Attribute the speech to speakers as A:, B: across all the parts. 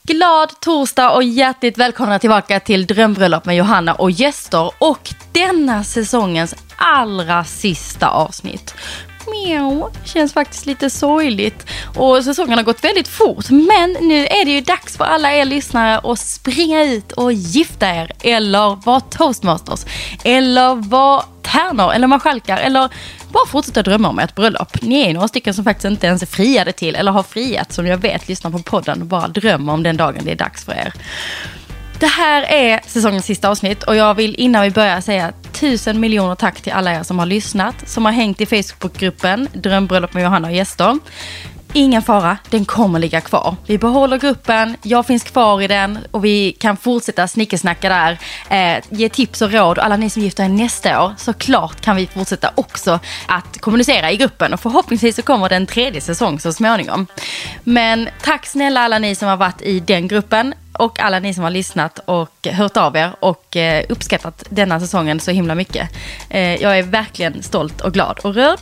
A: Glad torsdag och hjärtligt välkomna tillbaka till Drömbröllop med Johanna och gäster och denna säsongens allra sista avsnitt. Känns faktiskt lite sorgligt och säsongen har gått väldigt fort, men nu är det ju dags för alla er lyssnare att springa ut och gifta er eller vara toastmasters eller vara tärnor eller marskalkar eller bara fortsätta drömma om ett bröllop. Ni är några stycken som faktiskt inte ens är friade till eller har friat, som jag vet lyssnar på podden och bara drömmer om den dagen det är dags för er. Det här är säsongens sista avsnitt och jag vill innan vi börjar säga 1000 miljoner tack till alla er som har lyssnat, som har hängt i Facebookgruppen Drömbröllop med Johanna och gäster. Ingen fara, den kommer ligga kvar. Vi behåller gruppen, jag finns kvar i den och vi kan fortsätta snickesnacka där, ge tips och råd. Och alla ni som gifter er nästa år, såklart kan vi fortsätta också att kommunicera i gruppen. Och förhoppningsvis så kommer det en tredje säsong så småningom. Men tack snälla alla ni som har varit i den gruppen och alla ni som har lyssnat och hört av er och uppskattat denna säsongen så himla mycket. Jag är verkligen stolt och glad och rörd.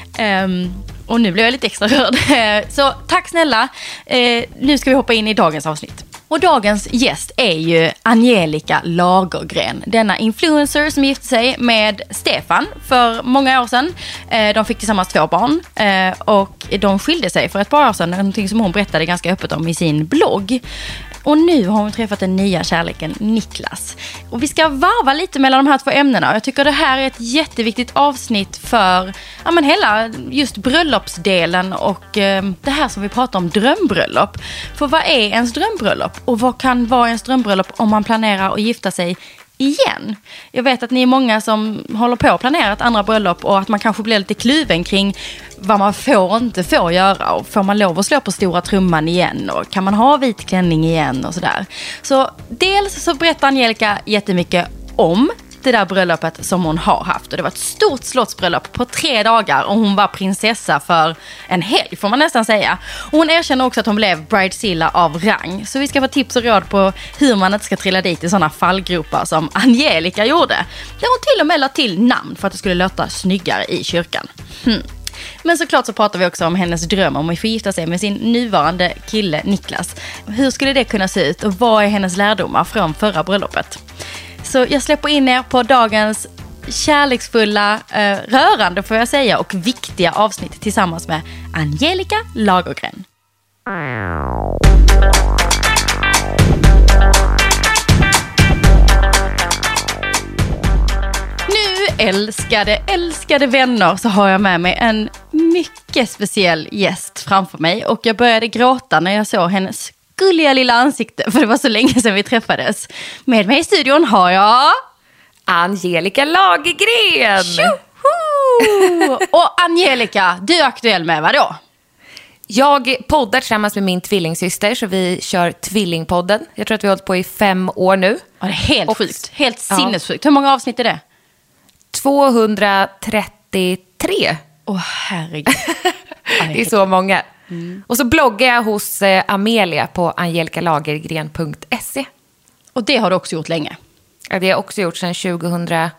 A: Och nu blir jag lite extra rörd. Så tack snälla. Nu ska vi hoppa in i dagens avsnitt. Och dagens gäst är ju Angelica Lagergren. Denna influencer som gifte sig med Stefan för många år sedan. De fick tillsammans 2 barn. Och de skilde sig för ett par år sedan. Någonting som hon berättade ganska öppet om i sin blogg. Och nu har hon träffat den nya kärleken Niklas. Och vi ska varva lite mellan de här 2 ämnena. Jag tycker det här är ett jätteviktigt avsnitt för hela just bröllopsdelen och det här som vi pratar om, drömbröllop. För vad är ens drömbröllop? Och vad kan vara ens drömbröllop om man planerar att gifta sig igen? Jag vet att ni är många som håller på att planera ett andra bröllop och att man kanske blir lite kluven kring vad man får och inte får göra. Och får man lov att slå på stora trumman igen? Och kan man ha vit klänning igen? Och sådär. Så dels så berättar Angelica jättemycket om det där bröllopet som hon har haft. Och det var ett stort slottsbröllop på 3 dagar och hon var prinsessa för en helg får man nästan säga. Och hon erkänner också att hon blev bridezilla av rang. Så vi ska få tips och råd på hur man inte ska trilla dit i sådana fallgropar som Angelica gjorde. Där hon till och med lade till namn för att det skulle låta snyggare i kyrkan. Men såklart så pratar vi också om hennes dröm om att få gifta sig med sin nuvarande kille Niklas. Hur skulle det kunna se ut och vad är hennes lärdomar från förra bröllopet? Så jag släpper in er på dagens kärleksfulla, rörande får jag säga, och viktiga avsnitt tillsammans med Angelica Lagergren. Nu, älskade vänner, så har jag med mig en mycket speciell gäst framför mig. Och jag började gråta när jag såg hennes gulliga lilla ansikte, för det var så länge sedan vi träffades. Med mig i studion har jag
B: Angelica Lagergren.
A: Tjoho! Och Angelica, du är aktuell med vad då?
B: Jag poddar tillsammans med min tvillingsyster, så vi kör Tvillingpodden. Jag tror att vi har hållit på i 5 år nu.
A: Ja, det är helt sjukt, helt sinnessjukt. Hur många avsnitt är det?
B: 233.
A: Herregud.
B: Det är så många. Och så bloggar jag hos Amelia på angelicalagergren.se.
A: Och det har du också gjort länge?
B: Ja, det har jag också gjort sedan 2012.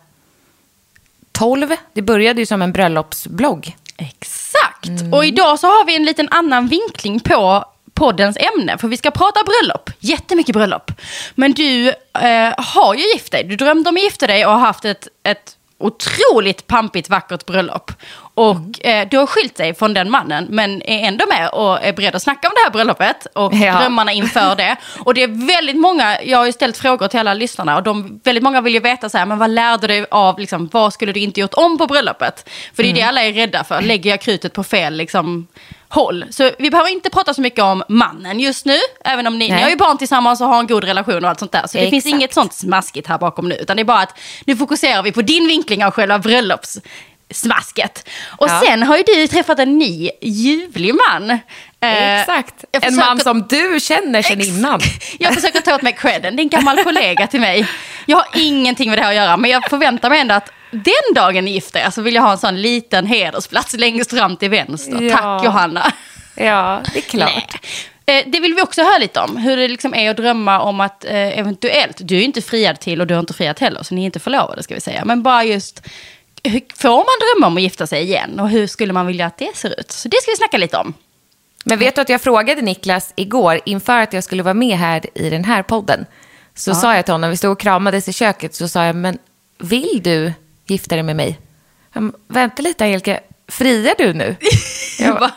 B: Det började ju som en bröllopsblogg.
A: Exakt. Och idag så har vi en liten annan vinkling på poddens ämne. För vi ska prata bröllop. Jättemycket bröllop. Men du har ju gift dig. Du drömde om att gifta dig och har haft ett otroligt pampigt, vackert bröllop. Och du har skilt dig från den mannen, men är ändå med och är beredd att snacka om det här bröllopet och drömmarna inför det. Och det är väldigt många, jag har ju ställt frågor till alla lyssnarna och väldigt många vill ju veta så här, men vad lärde du av, liksom, vad skulle du inte gjort om på bröllopet? För det är det alla är rädda för. Lägger jag krutet på fel liksom håll. Så vi behöver inte prata så mycket om mannen just nu, även om ni har ju barn tillsammans och har en god relation och allt sånt där. Så det finns inget sånt smaskigt här bakom nu, utan det är bara att nu fokuserar vi på din vinkling av själva bröllopssmasket. Och sen har ju du träffat en ny ljuvlig man.
B: Exakt, en man som du känner sedan innan.
A: Jag försöker ta åt mig credden, det är en gammal kollega till mig. Jag har ingenting med det här att göra, men jag förväntar mig ändå att den dagen ni gifter er så vill jag ha en sån liten hedersplats längst fram till vänster.
B: Ja.
A: Tack Johanna.
B: Ja, det är klart.
A: Det vill vi också höra lite om. Hur det liksom är att drömma om att eventuellt, du är inte friad till och du har inte friat heller, så ni är inte förlovade ska vi säga. Men bara just, får man drömma om att gifta sig igen? Och hur skulle man vilja att det ser ut? Så det ska vi snacka lite om.
B: Men vet du att jag frågade Niklas igår inför att jag skulle vara med här i den här podden. Så sa jag till honom, vi stod och kramades i köket, så sa jag, men vill du gifta dig med mig? Vänta lite, Angelica, friar du nu? Jag bara,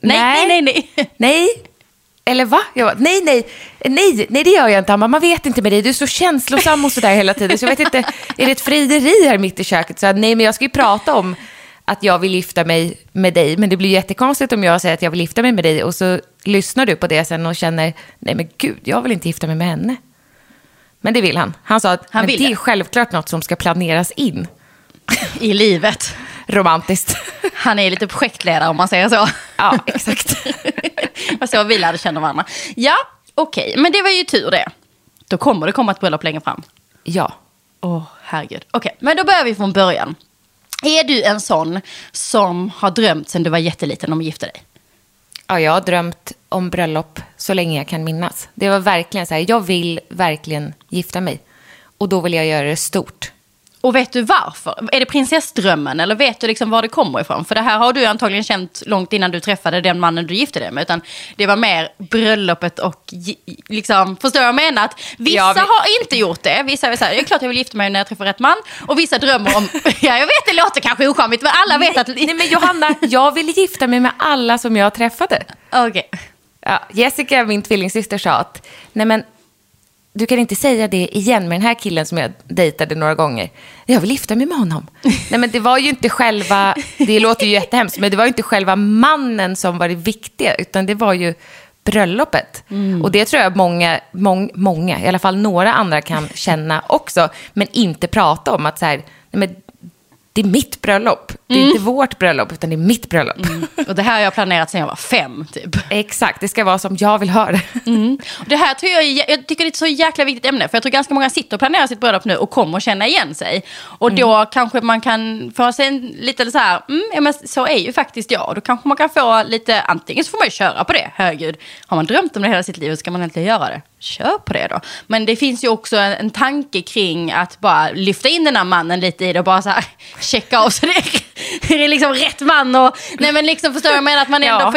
B: nej. Eller va? Jag bara, nej, det gör jag inte. Man vet inte med dig, du är så känslosam och sådär hela tiden. Så jag vet inte, är det ett frideri här mitt i köket? Så nej, men jag ska ju prata om att jag vill gifta mig med dig. Men det blir jättekonstigt om jag säger att jag vill gifta mig med dig. Och så lyssnar du på det sen och känner, nej men gud, jag vill inte gifta mig med henne. Men det vill han. Han sa att men det är självklart något som ska planeras in.
A: I livet.
B: Romantiskt.
A: Han är lite projektledare om man säger så.
B: Ja, exakt.
A: Och så vi lärde känna varandra. Ja, okej. Men det var ju tur det. Då kommer det komma ett bröllop längre fram.
B: Ja.
A: Herregud. Okej, men då börjar vi från början. Är du en sån som har drömt sedan du var jätteliten om att gifta dig?
B: Ja, jag har drömt om bröllop så länge jag kan minnas. Det var verkligen så här, jag vill verkligen gifta mig. Och då vill jag göra det stort.
A: Och vet du varför? Är det prinsessdrömmen eller vet du liksom var det kommer ifrån? För det här har du antagligen känt långt innan du träffade den mannen du gifte dig med. Utan det var mer bröllopet och liksom, förstår jag menar att vissa har inte gjort det. Vissa är så här, det är klart jag vill gifta mig när jag träffar rätt man. Och vissa drömmer om, ja jag vet det låter kanske ocharmigt men alla vet att...
B: Nej men Johanna, jag vill gifta mig med alla som jag träffade.
A: Okej. Ja,
B: Jessica, min tvillingsyster, sa att nej men du kan inte säga det igen med den här killen som jag dejtade några gånger. Jag vill gifta mig med honom. Nej men det var ju inte själva, det låter ju jättehemskt, men det var ju inte själva mannen som var det viktiga, utan det var ju bröllopet. Och det tror jag många, i alla fall några andra kan känna också, men inte prata om att så här, nej men det är mitt bröllop. Det är inte vårt bröllop, utan det är mitt bröllop.
A: Och det här har jag planerat sedan jag var 5, typ.
B: Exakt, det ska vara som jag vill ha det.
A: Och det här tror jag tycker det är ett så jäkla viktigt ämne. För jag tror ganska många sitter och planerar sitt bröllop nu och kommer att känna igen sig. Och då kanske man kan få sig lite så här, ja, men så är ju faktiskt jag. Och då kanske man kan få lite, antingen så får man ju köra på det. Herregud, har man drömt om det hela sitt liv så ska man inte göra det. Kör på det då. Men det finns ju också en tanke kring att bara lyfta in den här mannen lite i det och bara så här checka av så det är liksom rätt man och nej men liksom förstår jag menar att man ändå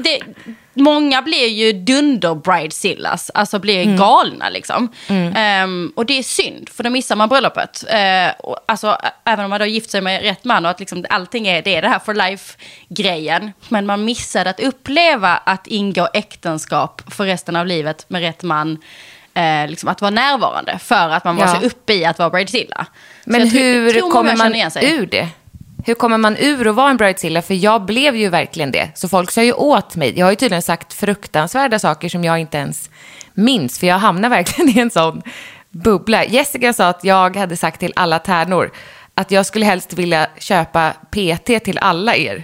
A: många blir ju dunder-bridezillas, alltså blir galna liksom. Och det är synd, för då missar man bröllopet. Alltså, även om man då gift sig med rätt man och att liksom allting är det här for life-grejen. Men man missade att uppleva att ingå äktenskap för resten av livet med rätt man. Liksom att vara närvarande för att man var så uppe i att vara bridezilla.
B: Men hur kommer man ur det? Hur kommer man ur att vara en bridezilla? För jag blev ju verkligen det. Så folk sa ju åt mig. Jag har ju tydligen sagt fruktansvärda saker som jag inte ens minns. För jag hamnar verkligen i en sån bubbla. Jessica sa att jag hade sagt till alla tärnor att jag skulle helst vilja köpa PT till alla er.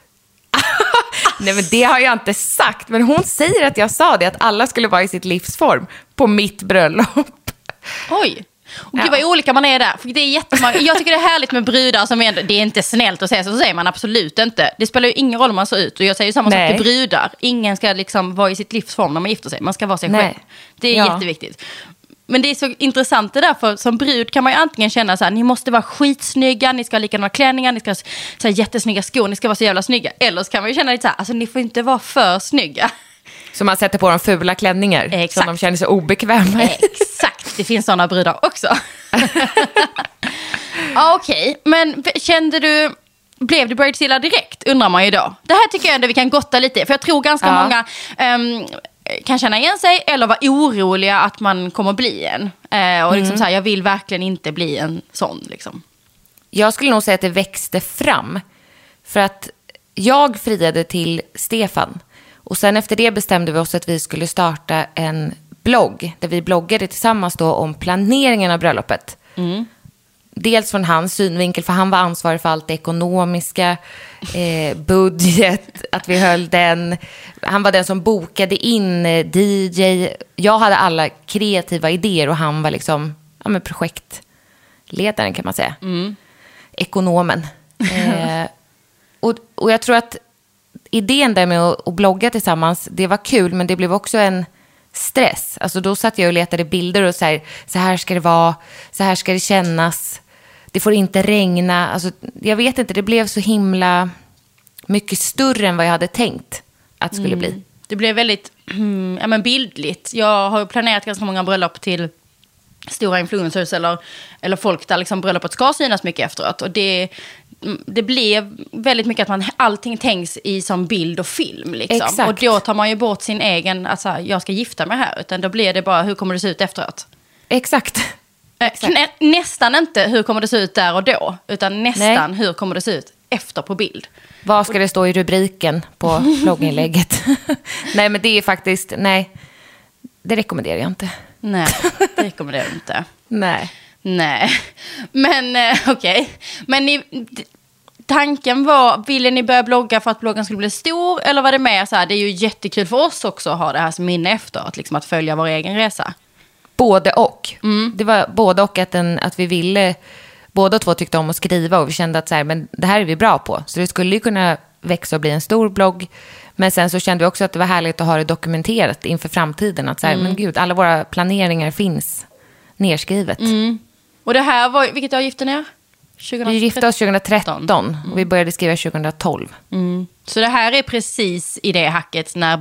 B: Nej men det har jag inte sagt. Men hon säger att jag sa det. Att alla skulle vara i sitt livsform på mitt bröllop.
A: Oj. Och gud vad olika man är där. För det är jättemånga. Jag tycker det är härligt med brudar som är, det är inte snällt att säga så säger man absolut inte. Det spelar ju ingen roll om man ser ut. Och jag säger ju samma sak till brudar. Ingen ska liksom vara i sitt livsform när man gifter sig. Man ska vara sig själv. Det är jätteviktigt. Men det är så intressant det där, för som brud kan man ju antingen känna så här, ni måste vara skitsnygga, ni ska ha likadana klänningar, ni ska ha så här jättesnygga skor, ni ska vara så jävla snygga. Eller så kan man ju känna lite så här, alltså ni får inte vara för snygga.
B: Så man sätter på dem fula klänningar.
A: Exakt.
B: Som de känner sig obekväma.
A: Exakt, det finns sådana brudar också. Okej, men kände du, blev du bridezilla direkt, undrar man ju då. Det här tycker jag ändå vi kan gotta lite i, för jag tror ganska många kan känna igen sig eller vara oroliga att man kommer bli en. Och liksom så här, jag vill verkligen inte bli en sån liksom.
B: Jag skulle nog säga att det växte fram. För att jag friade till Stefan. Och sen efter det bestämde vi oss att vi skulle starta en blogg. Där vi bloggade tillsammans då om planeringen av bröllopet. Dels från hans synvinkel, för han var ansvarig för allt det ekonomiska, budget, att vi höll den. Han var den som bokade in DJ. Jag hade alla kreativa idéer och han var liksom projektledaren kan man säga. Ekonomen. Och jag tror att idén där med att blogga tillsammans, det var kul, men det blev också en stress. Alltså då satt jag och letade bilder och så här ska det vara, så här ska det kännas. Det får inte regna. Alltså, jag vet inte, det blev så himla mycket större än vad jag hade tänkt att det skulle bli.
A: Det blev väldigt bildligt. Jag har planerat ganska många bröllop till stora influencers eller folk där liksom bröllopet ska synas mycket efteråt. Och det blev väldigt mycket att allting tänks i som bild och film. Liksom.
B: Exakt.
A: Och då tar man ju bort sin egen, alltså jag ska gifta mig här. Utan då blir det bara, hur kommer det se ut efteråt?
B: Exakt.
A: Nästan inte hur kommer det se ut där och då. Utan nästan hur kommer det se ut efter på bild.
B: Vad ska det stå i rubriken på blogginlägget? Nej, men det är faktiskt, det rekommenderar jag inte.
A: Nej, det rekommenderar jag inte.
B: Nej.
A: Men okej. Men tanken var, ville ni börja blogga för att bloggen skulle bli stor? Eller var det mer så här, det är ju jättekul för oss också att ha det här som minne efteråt. Liksom att följa vår egen resa.
B: Både och. Det var både och att vi ville, båda två tyckte om att skriva och vi kände att så här, men det här är vi bra på. Så det skulle ju kunna växa och bli en stor blogg. Men sen så kände vi också att det var härligt att ha det dokumenterat inför framtiden. Att så här, men gud, alla våra planeringar finns nerskrivet.
A: Och det här var, vilket år gifte ni er?
B: Vi gifte oss 2013 och vi började skriva 2012.
A: Så det här är precis i det hacket när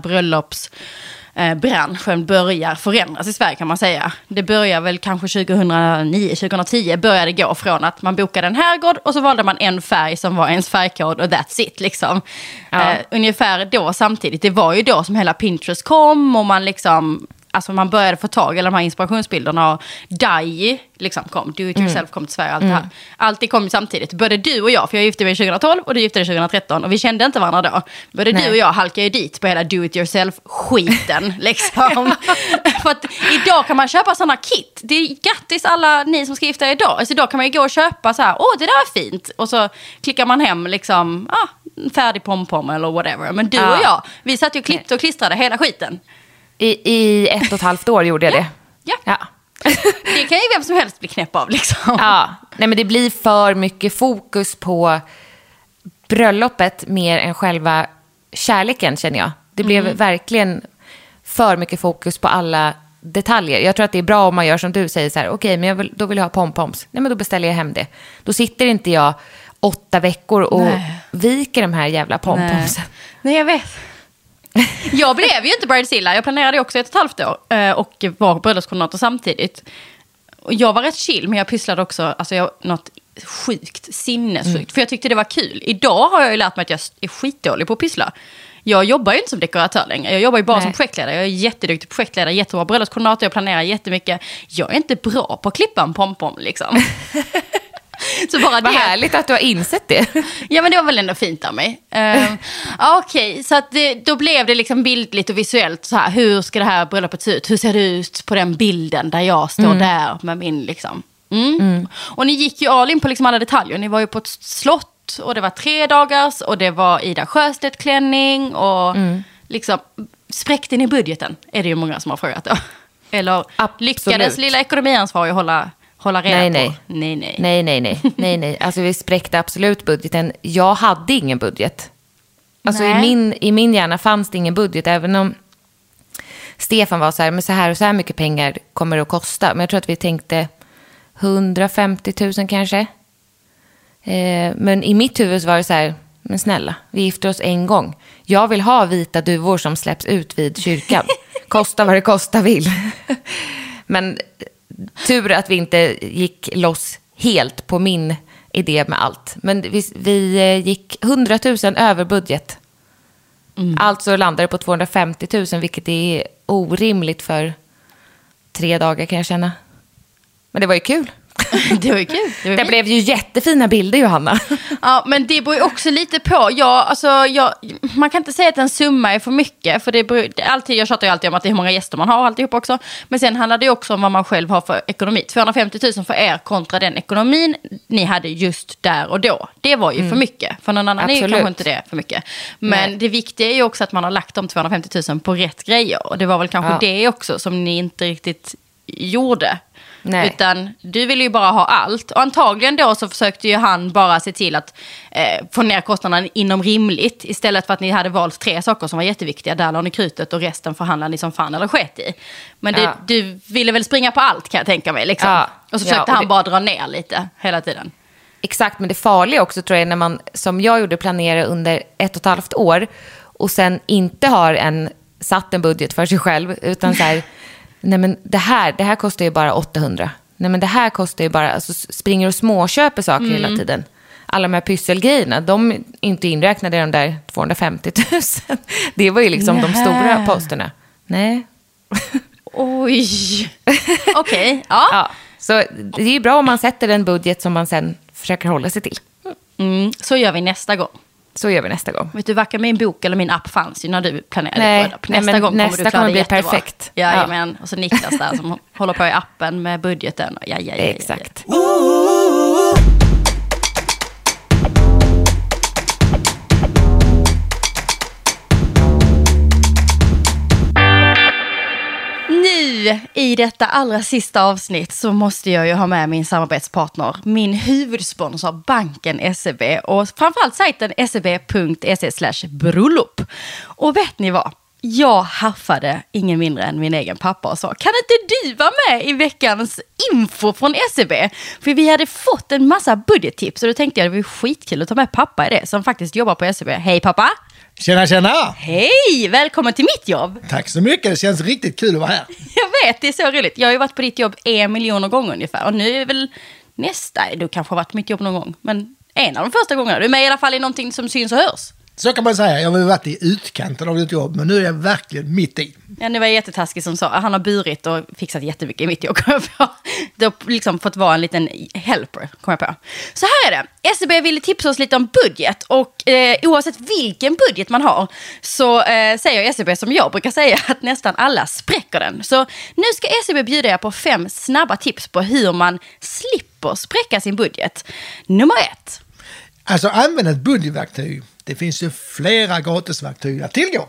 A: bröllopsbranschen börjar förändras i Sverige kan man säga. Det börjar väl kanske 2009-2010 började gå från att man bokade en herrgård och så valde man en färg som var ens färgkod och that's it liksom. Ja. Ungefär då samtidigt, det var ju då som hela Pinterest kom och man liksom... Alltså man började få tag i de här inspirationsbilderna och Dai liksom kom. Do it yourself kom till Sverige och allt det här. Allt kom samtidigt. Både du och jag, för jag gifte mig 2012 och du gifte dig 2013 och vi kände inte varandra då. Både du och jag halkade ju dit på hela do it yourself-skiten liksom. För att idag kan man köpa sådana kit. Det är grattis alla ni som ska gifta er idag. Alltså idag kan man ju gå och köpa så här, det där är fint. Och så klickar man hem liksom, färdig pompom eller whatever. Men du och jag, vi satt ju och klippte och klistrade hela skiten.
B: I 1,5 år gjorde jag det. Ja.
A: Det kan ju vem som helst bli knäpp av liksom.
B: Ja, nej men det blir för mycket fokus på bröllopet mer än själva kärleken känner jag. Det blev verkligen för mycket fokus på alla detaljer. Jag tror att det är bra om man gör som du säger så här, okej, men då vill jag ha pompoms. Nej men då beställer jag hem det. Då sitter inte jag 8 veckor och viker de här jävla pompomsen.
A: Nej, jag vet. Jag blev ju inte bridezilla. Jag planerade också 1,5 år och var bröllopskoordinator samtidigt. Och jag var rätt chill, men jag pysslade också något sjukt, sinnessjukt. För jag tyckte det var kul. Idag har jag ju lärt mig att jag är skitdålig på att pyssla. Jag jobbar ju inte som dekoratör längre. Jag jobbar ju bara som projektledare. Jag är jätteduktig projektledare, jättebra bröllopskoordinator. Jag planerar jättemycket. Jag är inte bra på att klippa en pompom liksom. Så bara
B: vad härligt att du har insett det.
A: Ja, men det var väl ändå fint av mig. Okej, så att då blev det liksom bildligt och visuellt så här, hur ska det här bröllopet se ut? Hur ser det ut på den bilden där jag står där med min liksom. Och ni gick ju all in på liksom alla detaljer. Ni var ju på ett slott och det var 3 dagars och det var Ida Sjöstedt-klänning och liksom, spräckte ni budgeten? Är det ju många som har frågat då. Eller lyckades lilla ekonomiansvarig hålla reda på? Nej.
B: Alltså vi spräckte absolut budgeten. Jag hade ingen budget. Alltså i min hjärna fanns det ingen budget. Även om Stefan var så här, men så här och så här mycket pengar kommer det att kosta. Men jag tror att vi tänkte 150 000 kanske. Men i mitt huvud var det så här, men snälla, vi gifter oss en gång. Jag vill ha vita duvor som släpps ut vid kyrkan. Kosta vad det kosta vill. Men tur att vi inte gick loss helt på min idé med allt. Men vi gick 100 000 över budget. Alltså landade det på 250 000, vilket är orimligt för 3 dagar kan jag känna. Men det var ju kul.
A: Det var ju kul.
B: Det blev ju jättefina bilder, Johanna.
A: Ja, men det beror ju också lite på. Man kan inte säga att en summa är för mycket. För jag tjatar ju alltid om att det är hur många gäster man har och alltihop också. Men sen handlar det ju också om vad man själv har för ekonomi. 250 000 för er kontra den ekonomin ni hade just där och då. Det var ju för mycket. För någon annan är ju kanske inte det för mycket. Men det viktiga är ju också att man har lagt de 250 000 på rätt grejer. Och det var väl kanske det också som ni inte riktigt gjorde. Nej. Utan du ville ju bara ha allt. Och antagligen då så försökte ju han bara se till att få ner kostnaderna inom rimligt. Istället för att ni hade valt 3 saker som var jätteviktiga. Där la ni krutet och resten förhandlade ni som fan eller sket i. Men du ville väl springa på allt kan jag tänka mig. Liksom. Ja. Och så försökte han bara dra ner lite hela tiden.
B: Exakt, men det farliga också tror jag när man, som jag gjorde, planera under 1,5 år. och sen inte har satt en budget för sig själv, utan så här, nej men det här kostar ju bara 800. Nej men det här kostar ju bara, alltså springer och småköper saker hela tiden. Alla de här pysselgrejerna, de är inte inräknade i de där 250 000. Det var ju liksom de stora posterna. Nej.
A: Oj. Okej, ja.
B: Så det är ju bra om man sätter en budget som man sen försöker hålla sig till.
A: Så gör vi nästa gång. Vet du, varken min bok eller min app fanns ju när du planerade bröllop. Nästa gång kommer du klara det jättebra.
B: Perfekt.
A: Jajamän. Och så Niklas där som håller på i appen med budgeten. Ja.
B: Exakt.
A: Nu i detta allra sista avsnitt så måste jag ju ha med min samarbetspartner, min huvudsponsor banken SEB och framförallt sajten seb.se/bröllop. Och vet ni vad? Jag haffade ingen mindre än min egen pappa och sa, kan inte du vara med i veckans info från SEB? För vi hade fått en massa budgettips och då tänkte jag att det var skitkul att ta med pappa i det som faktiskt jobbar på SEB. Hej pappa!
C: Tjena!
A: Hej! Välkommen till mitt jobb!
C: Tack så mycket, det känns riktigt kul att vara här.
A: Jag vet, det är så roligt. Jag har ju varit på ditt jobb 1 miljon gånger ungefär. Och nu är väl du kanske har varit på mitt jobb någon gång. Men en av de första gångerna. Du är med i alla fall i någonting som syns och hörs.
C: Så kan man säga, jag har varit i utkanten av ditt jobb, men nu är jag verkligen mitt i.
A: Ja, det var jättetaskigt som sa. Han har burit och fixat jättemycket i mitt jobb. Det har liksom fått vara en liten helper, kom jag på. Så här är det. SEB ville tipsa oss lite om budget. Och oavsett vilken budget man har så säger SEB som jag brukar säga att nästan alla spräcker den. Så nu ska SEB bjuda er på 5 snabba tips på hur man slipper spräcka sin budget. Nummer 1.
C: Alltså använd ett budgetverktyg. Det finns ju flera gratisverktyg att tillgå.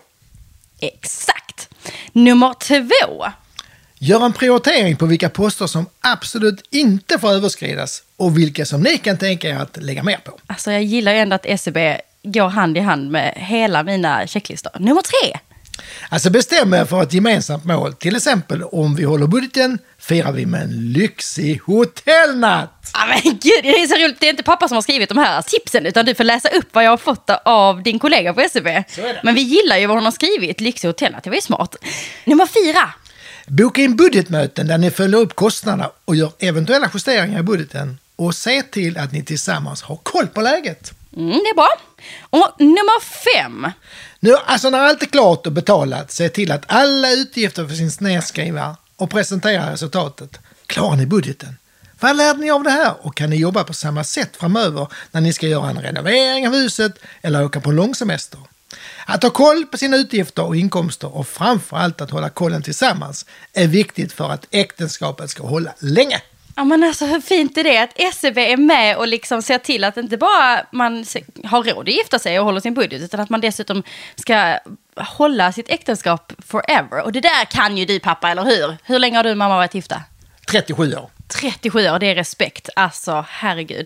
A: Exakt. Nummer 2.
C: Gör en prioritering på vilka poster som absolut inte får överskridas och vilka som ni kan tänka er att lägga mer på.
A: Alltså jag gillar ju ändå att SEB går hand i hand med hela mina checklistor. Nummer 3.
C: Alltså bestäm er för ett gemensamt mål. Till exempel om vi håller budgeten firar vi med en lyxig hotellnatt.
A: Ja, men gud, det är så roligt. Det är inte pappa som har skrivit de här tipsen utan du får läsa upp vad jag har fått av din kollega på SEB. Men vi gillar ju vad hon har skrivit. Lyxig hotellnatt, det var ju smart. Nummer 4.
C: Boka in budgetmöten där ni följer upp kostnaderna och gör eventuella justeringar i budgeten. Och se till att ni tillsammans har koll på läget.
A: Det är bra. Och nummer 5.
C: Nu, alltså när allt är klart och betalat, se till att alla utgifter för sin nedskrivare och presentera resultatet. Klarar ni budgeten? Vad lärde ni av det här? Och kan ni jobba på samma sätt framöver när ni ska göra en renovering av huset eller åka på en långsemester? Att ha koll på sina utgifter och inkomster och framförallt att hålla kollen tillsammans är viktigt för att äktenskapet ska hålla länge.
A: Ja, men alltså hur fint är det att SEB är med och liksom ser till att inte bara man har råd att gifta sig och håller sin budget utan att man dessutom ska hålla sitt äktenskap forever. Och det där kan ju du pappa, eller hur? Hur länge har du och mamma varit gifta?
C: 37 år.
A: 37 år, det är respekt. Alltså, herregud.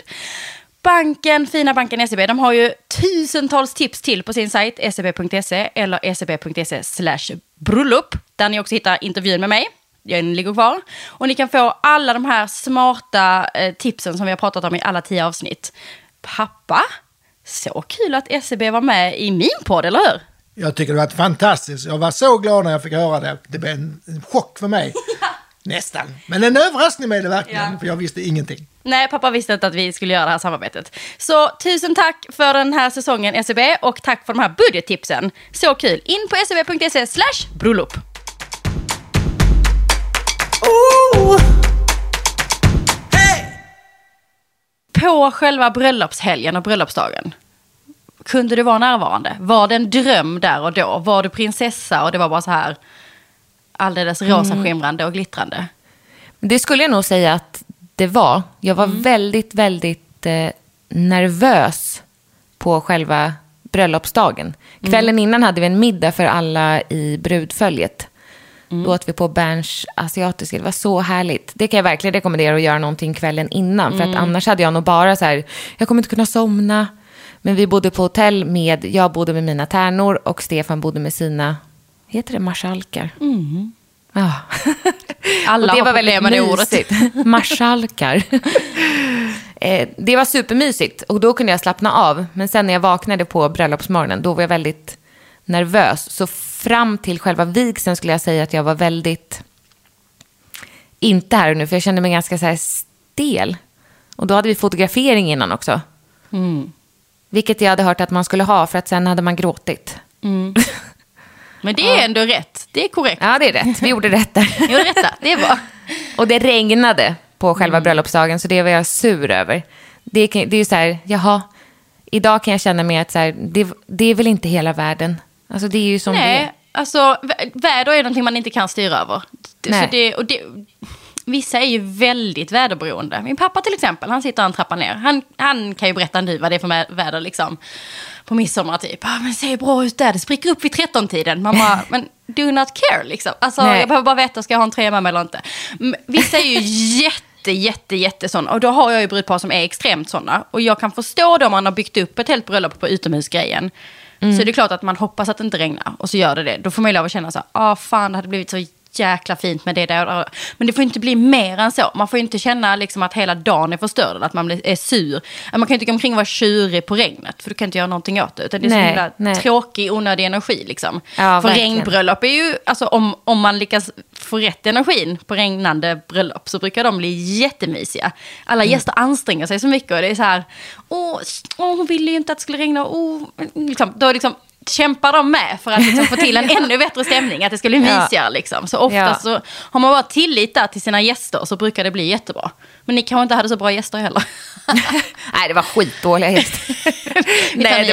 A: Fina banken SEB, de har ju tusentals tips till på sin sajt seb.se eller seb.se/bröllop där ni också hittar intervjun med mig. Den ligger kvar. Och ni kan få alla de här smarta tipsen som vi har pratat om i alla 10 avsnitt. Pappa, så kul att SEB var med i min podd, eller hur?
C: Jag tycker det var fantastiskt. Jag var så glad när jag fick höra det. Det blev en chock för mig. Nästan. Men en överraskning med det verkligen, för jag visste ingenting.
A: Nej, pappa visste inte att vi skulle göra det här samarbetet. Så tusen tack för den här säsongen SEB och tack för de här budgettipsen. Så kul. In på seb.se/bröllop. Hey! På själva bröllopshelgen och bröllopsdagen, kunde du vara närvarande? Var det en dröm där och då? Var du prinsessa och det var bara så här alldeles rosa skimrande och glittrande?
B: Det skulle jag nog säga att det var. Jag var väldigt, väldigt nervös på själva bröllopsdagen. Kvällen innan hade vi en middag för alla i brudföljet. Då åt vi på Berns asiatiska. Det var så härligt. Det kan jag verkligen rekommendera att göra någonting kvällen innan. För att annars hade jag nog bara så här, jag kommer inte kunna somna. Men vi bodde på hotell jag bodde med mina tärnor och Stefan bodde med sina, heter det marskalkar? Ja.
A: Alla
B: och det
A: har
B: var väldigt
A: med det ordet.
B: Marskalkar. Det var supermysigt och då kunde jag slappna av. Men sen när jag vaknade på bröllopsmorgonen, då var jag väldigt nervös. Så fram till själva vigseln skulle jag säga att jag var väldigt, inte här och nu, för jag kände mig ganska så här stel. Och då hade vi fotografering innan också. Vilket jag hade hört att man skulle ha, för att sen hade man gråtit.
A: Men det är ändå rätt. Det är korrekt.
B: Ja, det är rätt. Vi gjorde rätt där.
A: Jo, rätt. Det är bra.
B: Och det regnade på själva bröllopsdagen, så det var jag sur över. Det är ju så här, jaha, idag kan jag känna mig att så här, det är väl inte hela världen. Alltså det är ju som det är.
A: Alltså väder är någonting man inte kan styra över.
B: Nej.
A: Så vissa är ju väldigt väderberoende. Min pappa till exempel, han sitter en trappa ner. Han kan ju berätta nu vad det är för väder liksom. På midsommar typ. Men det ser bra ut där, det spricker upp vid 13-tiden. Man bara, men do not care liksom. Alltså jag behöver bara veta, ska jag ha en tröja med mig eller inte. Vissa är ju jätte sådana. Och då har jag ju brudpar som är extremt sådana. Och jag kan förstå då man har byggt upp ett helt bröllop på utomhusgrejen. Så är det klart att man hoppas att det inte regnar. Och så gör det. Då får man ju lov att känna så här, fan det hade blivit så jäkla fint med det där. Men det får inte bli mer än så. Man får inte känna liksom att hela dagen är förstörd, att man är sur. Man kan inte gå omkring och vara tjurig på regnet, för du kan inte göra någonting åt det. Utan det är så himla tråkig, onödig energi liksom.
B: Ja,
A: för
B: verkligen.
A: regnbröllop är ju, alltså om man lyckas få rätt energin på regnande bröllop, så brukar de bli jättemysiga. Alla gäster anstränger sig så mycket, och det är så här, hon ville ju inte att det skulle regna. Då liksom kämpar de med för att liksom få till en ännu bättre stämning, att det ska bli mysigare liksom. Så ofta så har man bara tillit till sina gäster, så brukar det bli jättebra. Men ni kanske inte hade så bra gäster heller.
B: Nej, det var skitdåliga gäster. Nej,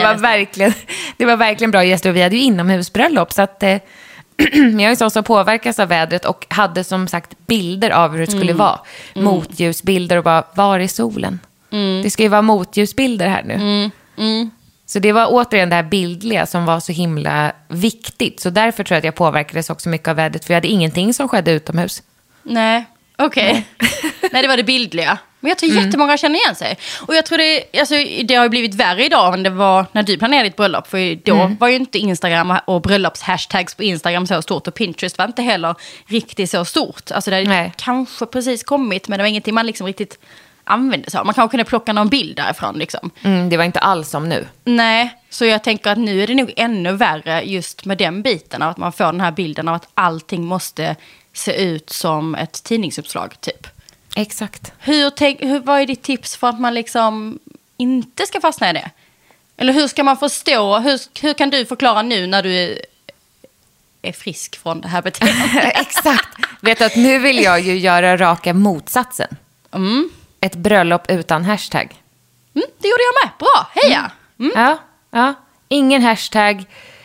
B: det var verkligen bra gäster, och vi hade ju inomhusbröllop, så att jag är ju så som påverkas av vädret, och hade som sagt bilder av hur det skulle vara. Motljusbilder, och bara, var är solen? Det ska ju vara motljusbilder här nu. Så det var återigen det här bildliga som var så himla viktigt. Så därför tror jag att jag påverkades också mycket av vädret. För jag hade ingenting som skedde utomhus.
A: Nej, okej. Nej, det var det bildliga. Men jag tror jättemånga känner igen sig. Och jag tror det har ju blivit värre idag än det var när du planerade ditt bröllop. För då var ju inte Instagram och bröllopshashtags på Instagram så stort. Och Pinterest var inte heller riktigt så stort. Alltså det hade kanske precis kommit, men det var ingenting man liksom riktigt använde så. Man kanske kunde plocka någon bild därifrån liksom.
B: Det var inte alls som nu.
A: Nej, så jag tänker att nu är det nog ännu värre just med den biten, av att man får den här bilden av att allting måste se ut som ett tidningsuppslag typ.
B: Exakt.
A: Vad är ditt tips för att man liksom inte ska fastna i det? Eller hur ska man förstå, hur kan du förklara nu när du är frisk från det här beteendet?
B: Exakt. Vet du att nu vill jag ju göra raka motsatsen. Ett bröllop utan hashtag.
A: Det gjorde jag med. Bra, heja!
B: Ja. Ingen hashtag.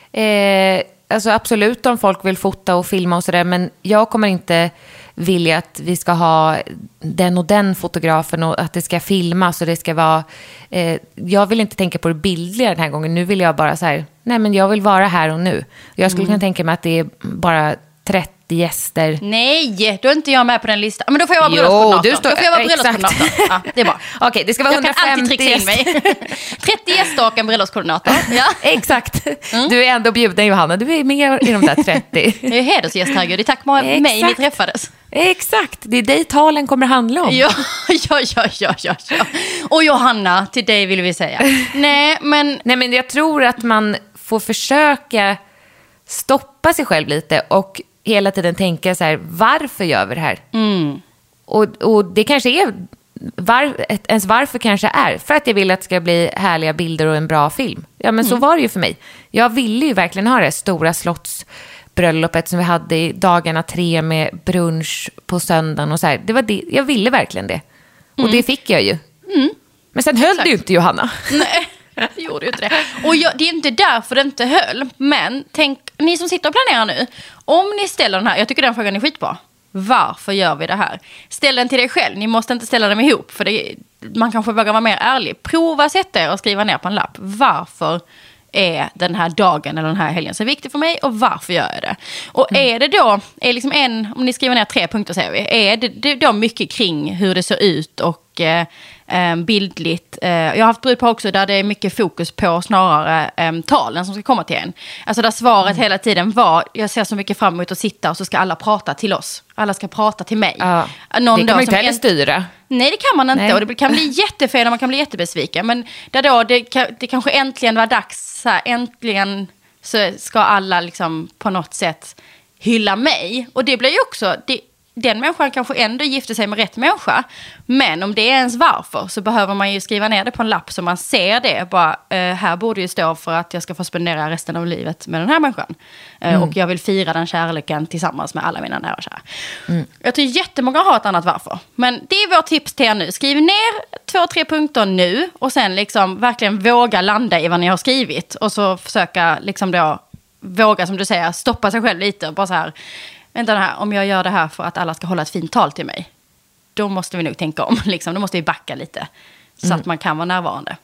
B: Alltså absolut om folk vill fota och filma och sådär. Men jag kommer inte vilja att vi ska ha den och den fotografen, och att det ska filmas och det ska vara... jag vill inte tänka på det bildliga den här gången. Nu vill jag bara så här, nej men jag vill vara här och nu. Jag skulle kunna tänka mig att det är bara 30 gäster.
A: Nej, då är inte jag med på den listan. Men då får jag vara bröllopskoordinator.
B: Då får
A: jag vara bröllopskoordinator. Ja, det är bra.
B: Okej, det ska vara 150 gäster.
A: 30 gäster och en bröllopskoordinator. Ja.
B: Exakt. Du är ändå bjuden, Johanna. Du är med i de där 30.
A: Det är hedersgäst, herregud. Det är tack vare mig vi träffades.
B: Exakt, det är dig talen kommer handla om.
A: Ja. Och Johanna, till dig vill vi säga. Nej, men
B: jag tror att man får försöka stoppa sig själv lite och hela tiden tänka så här, varför gör vi det här? Och det kanske är ens varför kanske är för att jag vill att det ska bli härliga bilder och en bra film. Ja, men så var det ju för mig. Jag ville ju verkligen ha det stora slottsbröllopet som vi hade i dagarna 3 med brunch på söndagen och så här. Det var det, jag ville verkligen det. Och det fick jag ju. Men sen höll det ju inte, Johanna.
A: Nej, det gjorde ju inte det. Och det är inte därför det inte höll. Men tänk, ni som sitter och planerar nu, om ni ställer den här, jag tycker den frågan är skitbra. Varför gör vi det här? Ställ den till dig själv. Ni måste inte ställa dem ihop. För man kanske vågar vara mer ärlig. Prova sätta er och skriva ner på en lapp. Varför är den här dagen eller den här helgen så viktig för mig? Och varför gör jag det? Och är det då, liksom om ni skriver ner 3 punkter säger vi. Är det då mycket kring hur det ser ut och bildligt. Jag har haft brudpar också där det är mycket fokus på snarare talen som ska komma till en. Alltså där svaret hela tiden var, jag ser så mycket fram emot att sitta och så ska alla prata till oss. Alla ska prata till mig.
B: Ja. Det kan man inte heller styra.
A: Nej, det kan man inte. Nej. Och det kan bli jättefel och man kan bli jättebesviken. Men där då, det kanske äntligen var dags. Så här, äntligen så ska alla liksom på något sätt hylla mig. Och det blir ju också, den människan kanske ändå gifter sig med rätt människa. Men om det är ens varför så behöver man ju skriva ner det på en lapp så man ser det. Bara, här borde ju stå för att jag ska få spendera resten av livet med den här människan. Och jag vill fira den kärleken tillsammans med alla mina nära och kära. Jag tror jättemånga har ett annat varför. Men det är vårt tips till er nu. Skriv ner 2-3 punkter nu och sen liksom verkligen våga landa i vad ni har skrivit. Och så försöka liksom då våga, som du säger, stoppa sig själv lite och bara så här, vänta det här, om jag gör det här för att alla ska hålla ett fint tal till mig, då måste vi nog tänka om. Liksom. Då måste vi backa lite så att man kan vara närvarande.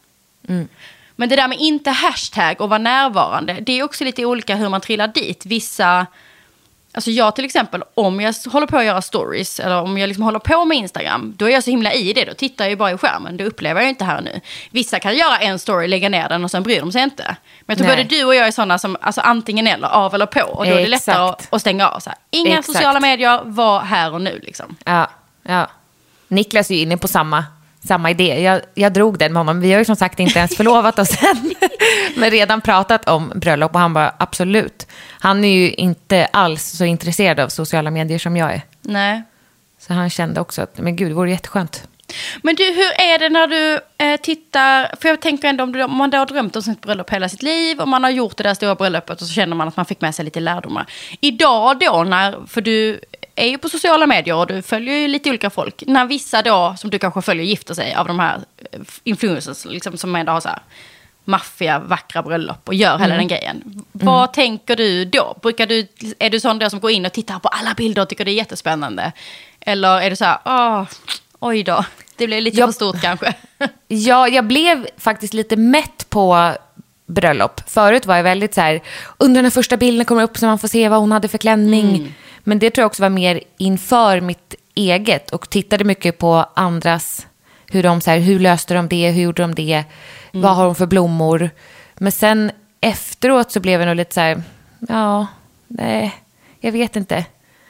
A: Men det där med inte hashtag och vara närvarande, det är också lite olika hur man trillar dit. Vissa, alltså jag till exempel, om jag håller på att göra stories eller om jag liksom håller på med Instagram, då är jag så himla i det. Då tittar jag ju bara i skärmen, det upplever jag inte här nu. Vissa kan göra en story, lägga ner den och sen bryr de sig inte. Men jag tror både du och jag är sådana som alltså antingen eller, av eller på. Och då är det lättare att stänga av. Så här. Inga sociala medier, var här och nu liksom.
B: Ja. Niklas är ju inne på samma idé. Jag drog den med honom. Vi har ju som sagt inte ens förlovat oss än. Men redan pratat om bröllop och han bara absolut. Han är ju inte alls så intresserad av sociala medier som jag är.
A: Nej.
B: Så han kände också att, men gud, det vore jätteskönt.
A: Men du, hur är det när du tittar, för jag tänker ändå om man då har drömt om sitt bröllop hela sitt liv och man har gjort det där stora bröllopet och så känner man att man fick med sig lite lärdomar. Idag då, för du är ju på sociala medier och du följer ju lite olika folk, när vissa då, som du kanske följer, gifter sig av de här influencers liksom, som ändå har så här maffiga, vackra bröllop och gör hela den grejen. Vad tänker du då? Är du sån då som går in och tittar på alla bilder och tycker det är jättespännande? Eller är det så här, oj då, det blev lite för stort kanske.
B: Ja, jag blev faktiskt lite mätt på bröllop. Förut var jag väldigt så här, under den första bilden kommer upp så man får se vad hon hade för klänning. Men det tror jag också var mer inför mitt eget och tittade mycket på andras, hur löste de det, hur gjorde de det, vad har de för blommor. Men sen efteråt så blev jag nog lite så här, jag vet inte.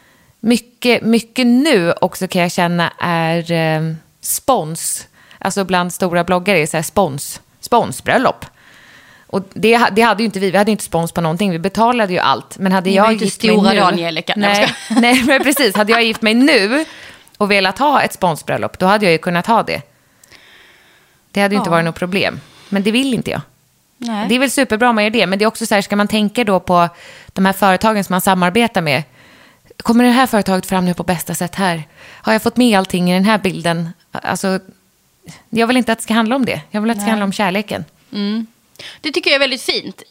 B: Mycket nu också kan jag känna är spons. Alltså bland stora bloggare är så här sponsbröllop. Och det hade ju inte vi hade inte spons på någonting. Vi betalade ju allt. Men hade jag gift mig nu...
A: Angelica.
B: Nej, men precis. Hade jag gift mig nu och velat ha ett sponsbröllop, då hade jag ju kunnat ha det. Det hade ju inte varit något problem. Men det vill inte jag. Nej. Det är väl superbra om man gör det. Men det är också så här, ska man tänka då på de här företagen som man samarbetar med. Kommer det här företaget fram nu på bästa sätt här? Har jag fått med allting i den här bilden? Alltså, jag vill inte att det ska handla om det. Jag vill att det ska handla om kärleken.
A: Det tycker jag är väldigt fint.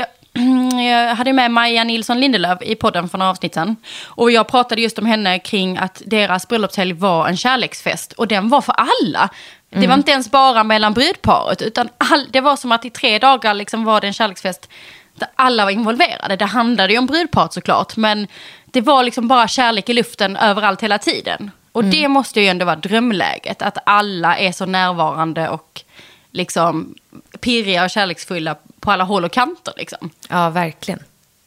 A: Jag hade med Maja Nilsson Lindelöf i podden för några avsnitt sedan. Och jag pratade just om henne kring att deras bröllopshelg var en kärleksfest. Och den var för alla. Det var inte ens bara mellan brudparet. Utan det var som att i 3 dagar liksom var det en kärleksfest där alla var involverade. Det handlade ju om brudparet såklart. Men det var liksom bara kärlek i luften överallt hela tiden. Och det måste ju ändå vara drömläget. Att alla är så närvarande och liksom pirriga och kärleksfulla på alla håll och kanter liksom.
B: Ja, verkligen.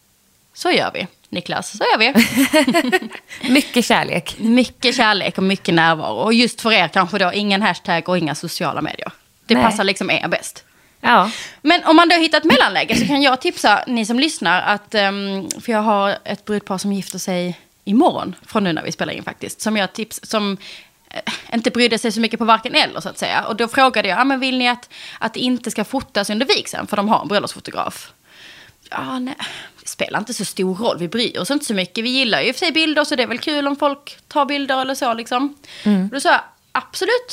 A: Så gör vi, Niklas. Så gör vi.
B: Mycket kärlek.
A: Mycket kärlek och mycket närvaro. Och just för er kanske då ingen hashtag och inga sociala medier. Det passar liksom er bäst.
B: Ja.
A: Men om man då hittar ett mellanläge så kan jag tipsa ni som lyssnar att, för jag har ett brudpar som gifter sig imorgon från nu när vi spelar in faktiskt, som inte brydde sig så mycket på varken eller så att säga. Och då frågade jag, men vill ni att det inte ska fotas under vigseln för de har en bröllopsfotograf? Ja, nej, det spelar inte så stor roll, vi bryr oss inte så mycket. Vi gillar ju för sig bilder så det är väl kul om folk tar bilder eller så liksom. Och då sa jag, absolut,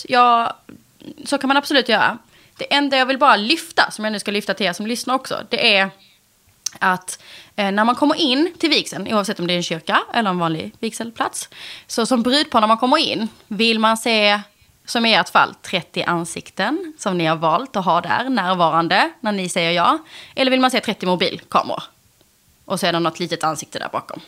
A: så kan man absolut göra. Det enda jag vill bara lyfta, som jag nu ska lyfta till er som lyssnar också, det är att när man kommer in till vigseln, oavsett om det är en kyrka eller en vanlig vigselplats, så som brudpar när man kommer in vill man se, som i ert fall, 30 ansikten som ni har valt att ha där närvarande när ni säger ja, eller vill man se 30 mobilkameror och så är det något litet ansikte där bakom.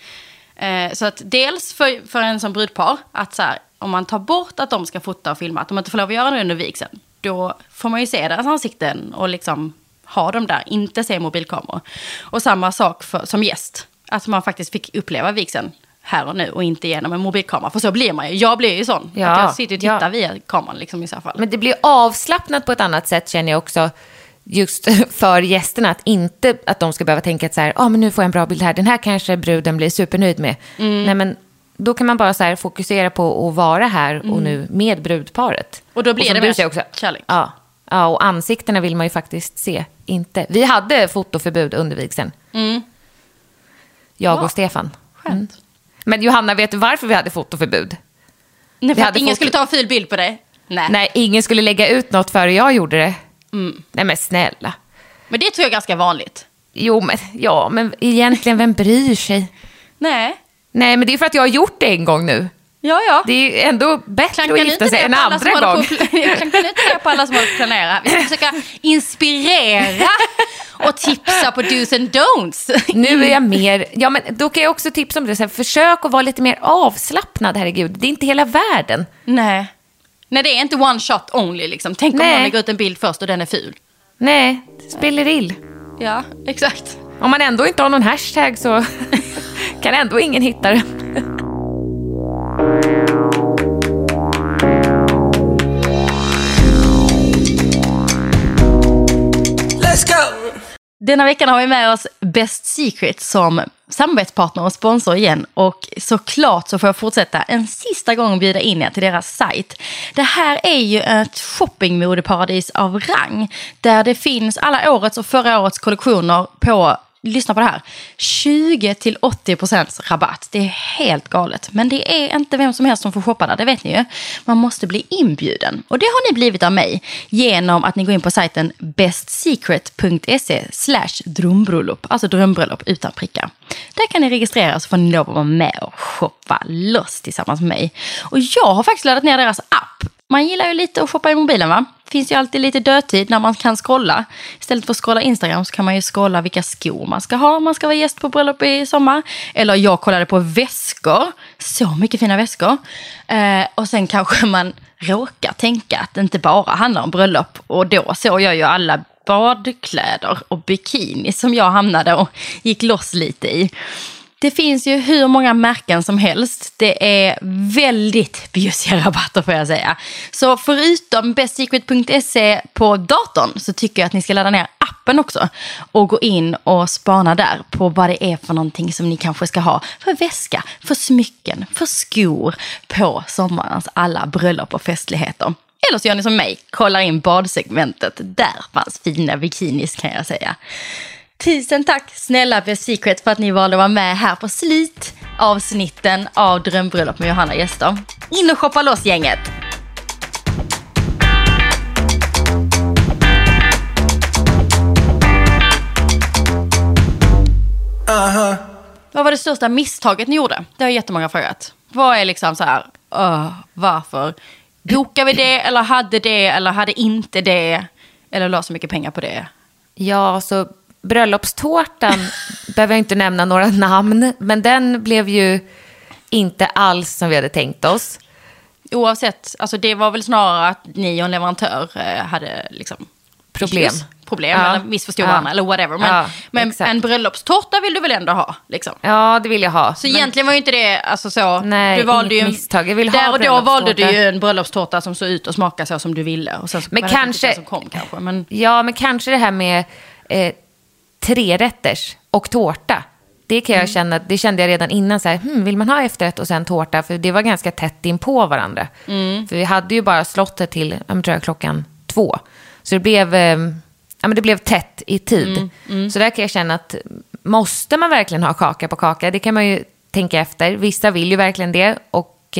A: Så att dels för en som brudpar att så här, om man tar bort att de ska fota och filma, att de inte får lov att göra det under vigseln, då får man ju se deras ansikten och liksom ha dem där, inte se mobilkameror. Och samma sak som gäst, att man faktiskt fick uppleva vigseln här och nu och inte genom en mobilkamera. För så blir man ju. Jag blir ju sån. Att jag sitter och tittar via kameran liksom i så fall.
B: Men det blir avslappnat på ett annat sätt känner jag också. just för gästerna, att de ska behöva tänka att så här, men nu får jag en bra bild här, den här kanske bruden blir supernöjd med. Nej, men då kan man bara så här fokusera på att vara här och nu med brudparet.
A: Och då blir det mer
B: också
A: kärlek.
B: Ja, och ansiktena vill man ju faktiskt se, inte. Vi hade fotoförbud under vigseln. Jag och Stefan.
A: Skönt.
B: Men Johanna, vet du varför vi hade fotoförbud?
A: Nej, för att ingen skulle ta en ful bild på dig?
B: Nej, ingen skulle lägga ut något före jag gjorde det. Nej, men snälla.
A: Men det tror jag är ganska vanligt.
B: Jo, men egentligen, vem bryr sig?
A: Nej,
B: men det är för att jag har gjort det en gång nu.
A: Ja.
B: Det är ändå bättre att gifta sig en andra gång.
A: Klankar inte det på alla som håller på att planera. Vi ska försöka inspirera och tipsa på do's and don'ts.
B: Nu är jag mer... Ja, men då kan jag också tipsa om det. Så här, försök att vara lite mer avslappnad, herregud. Det är inte hela världen.
A: Nej, det är inte one shot only. Liksom. Tänk om någon lägger ut en bild först och den är ful.
B: Nej, det spelar ill.
A: Ja, exakt.
B: Om man ändå inte har någon hashtag så kan ändå ingen hitta den.
A: Let's go! Denna veckan har vi med oss Best Secret som samarbetspartner och sponsor igen. Och såklart så får jag fortsätta en sista gång bjuda in er till deras sajt. Det här är ju ett shoppingmodeparadis av rang. Där det finns alla årets och förra årets kollektioner på... Lyssna på det här. 20-80% rabatt. Det är helt galet. Men det är inte vem som helst som får shoppa där, det vet ni ju. Man måste bli inbjuden. Och det har ni blivit av mig genom att ni går in på sajten bestsecret.se/drömbröllop. Alltså drömbröllop utan prickar. Där kan ni registrera så får ni lov att vara med och shoppa loss tillsammans med mig. Och jag har faktiskt laddat ner deras app. Man gillar ju lite att shoppa i mobilen, va? Finns ju alltid lite dödtid när man kan scrolla. Istället för att scrolla Instagram så kan man ju scrolla vilka skor man ska ha om man ska vara gäst på bröllop i sommar. Eller jag kollade på väskor. Så mycket fina väskor. Och sen kanske man råkar tänka att det inte bara handlar om bröllop. Och då såg jag ju alla badkläder och bikini som jag hamnade och gick loss lite i. Det finns ju hur många märken som helst. Det är väldigt bjussiga rabatter får jag säga. Så förutom bestsecret.se på datorn så tycker jag att ni ska ladda ner appen också. Och gå in och spana där på vad det är för någonting som ni kanske ska ha. För väska, för smycken, för skor på sommarens alla bröllop och festligheter. Eller så gör ni som mig, kollar in badsegmentet. Där fanns fina bikinis kan jag säga. Tusen tack snälla Best Secret för att ni valde att vara med här på slutavsnitten av Drömbröllop med Johanna Gäster. In och shoppa loss gänget! Vad var det största misstaget ni gjorde? Det har jättemånga frågat. Vad är liksom så här, varför? Bokade vi det eller hade inte det? Eller la så mycket pengar på det?
B: Ja, så bröllopstårtan behöver jag inte nämna några namn, men den blev ju inte alls som vi hade tänkt oss.
A: Oavsett, alltså det var väl snarare att ni och en leverantör hade liksom problem eller missförstod varandra eller whatever. Men en bröllopstårta vill du väl ändå ha? Liksom.
B: Ja, det vill jag ha.
A: Så egentligen var ju inte det alltså så...
B: Nej,
A: du valde ju
B: misstag. Jag vill
A: där
B: ha
A: och då valde du ju en bröllopstårta som såg ut och smakade så som du ville. Och sen så
B: men kanske,
A: som kom, kanske. Men...
B: Ja, men kanske det här med 3-rätters och tårta. Det kan jag känna, det kände jag redan innan så här, vill man ha efterrätt och sen tårta? För det var ganska tätt in på varandra. För vi hade ju bara slottet till, jag tror klockan 2. Så det blev tätt i tid. Så där kan jag känna att måste man verkligen ha kaka på kaka? Det kan man ju tänka efter. Vissa vill ju verkligen det. Och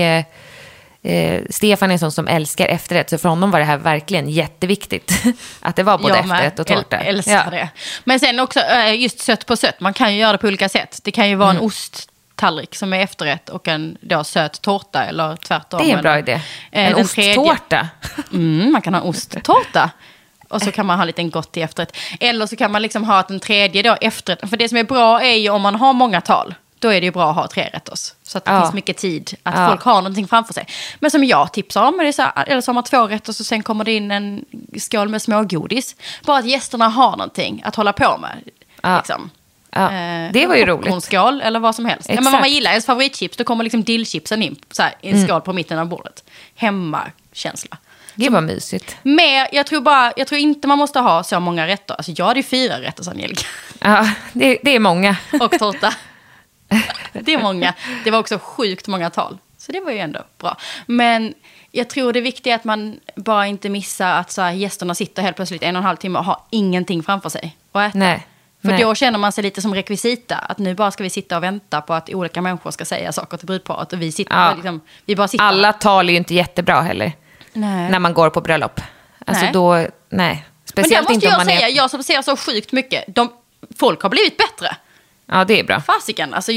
B: Stefan är en sån som älskar efterrätt. Så för honom var det här verkligen jätteviktigt. Att det var både efterrätt och tårta.
A: Jag älskar det. Men sen också just sött på sött. Man kan ju göra det på olika sätt. Det kan ju vara en osttallrik som är efterrätt och en då söt tårta eller tvärtom.
B: Det är en bra idé. En osttårta.
A: Man kan ha en osttårta. Och så kan man ha lite gott i efterrätt. Eller så kan man liksom ha en tredje då efterrätt. För det som är bra är ju om man har många tal. Då är det ju bra att ha 3-rätters. Så att det finns mycket tid att folk har någonting framför sig. Men som jag tipsar om, eller så har man 2-rätters och sen kommer det in en skål med smågodis. Bara att gästerna har någonting att hålla på med. Liksom.
B: Det var ju roligt.
A: Popcornskål eller vad som helst. Ja, men vad man gillar, ens favoritchips, då kommer liksom dillchipsen in så här, i en skål på mitten av bordet. Hemmakänsla.
B: Det var mysigt.
A: Men jag tror inte man måste ha så många rätter. Alltså jag hade ju 4 rätter, Angelica.
B: Ja, det är många.
A: Och tårta. Det är många. Det var också sjukt många tal. Så det var ju ändå bra. Men jag tror det viktiga är att man bara inte missar att så här, gästerna sitter helt plötsligt 1,5 timme och har ingenting framför sig att äta.
B: Nej.
A: För då känner man sig lite som rekvisita. Att nu bara ska vi sitta och vänta på att olika människor ska säga saker till brudparet. Och vi sitter vi bara sitter.
B: Alla tal är ju inte jättebra heller.
A: Nej.
B: När man går på bröllop. Alltså
A: Nej.
B: Då, nej. Speciellt
A: Men det måste
B: inte om
A: jag
B: man
A: säga,
B: är...
A: jag som ser så sjukt mycket. Folk har blivit bättre.
B: Ja, det är bra.
A: Fasiken. Alltså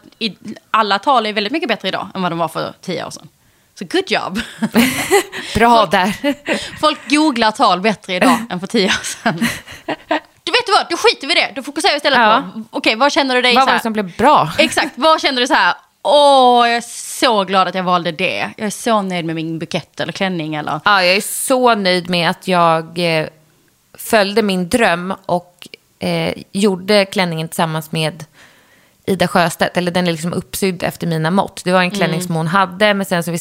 A: alla tal är väldigt mycket bättre idag än vad de var för 10 år sedan. Så good job.
B: Bra där.
A: Folk googlar tal bättre idag än för 10 år sedan. Du vet vad, då skiter vi i det. Då fokuserar vi istället på, okej, vad känner du dig
B: vad
A: så här?
B: var det som blev bra?
A: Exakt, vad känner du så här? Jag är så glad att jag valde det. Jag är så nöjd med min bukett eller klänning. Eller...
B: Ja, jag är så nöjd med att jag följde min dröm och gjorde klänningen tillsammans med Ida Sjöstedt. Eller den är liksom uppsydd efter mina mått. Det var en klänning som hon hade, men sen så vi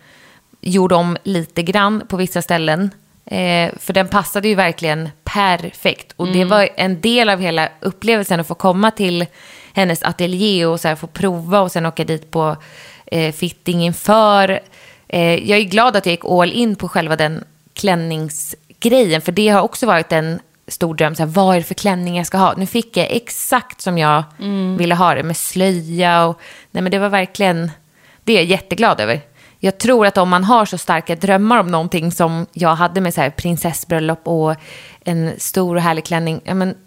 B: gjorde om lite grann på vissa ställen. För den passade ju verkligen perfekt. Och det var en del av hela upplevelsen att få komma till hennes ateljé och så här få prova och sen åka dit på fitting inför. Jag är glad att jag gick all in på själva den klänningsgrejen. För det har också varit en stor dröm. Så här, vad är det för klänning jag ska ha? Nu fick jag exakt som jag ville ha det. Med slöja och... Nej, men det var verkligen... Det är jag jätteglad över. Jag tror att om man har så starka drömmar om någonting som jag hade med så här prinsessbröllop och en stor och härlig klänning. Ja, men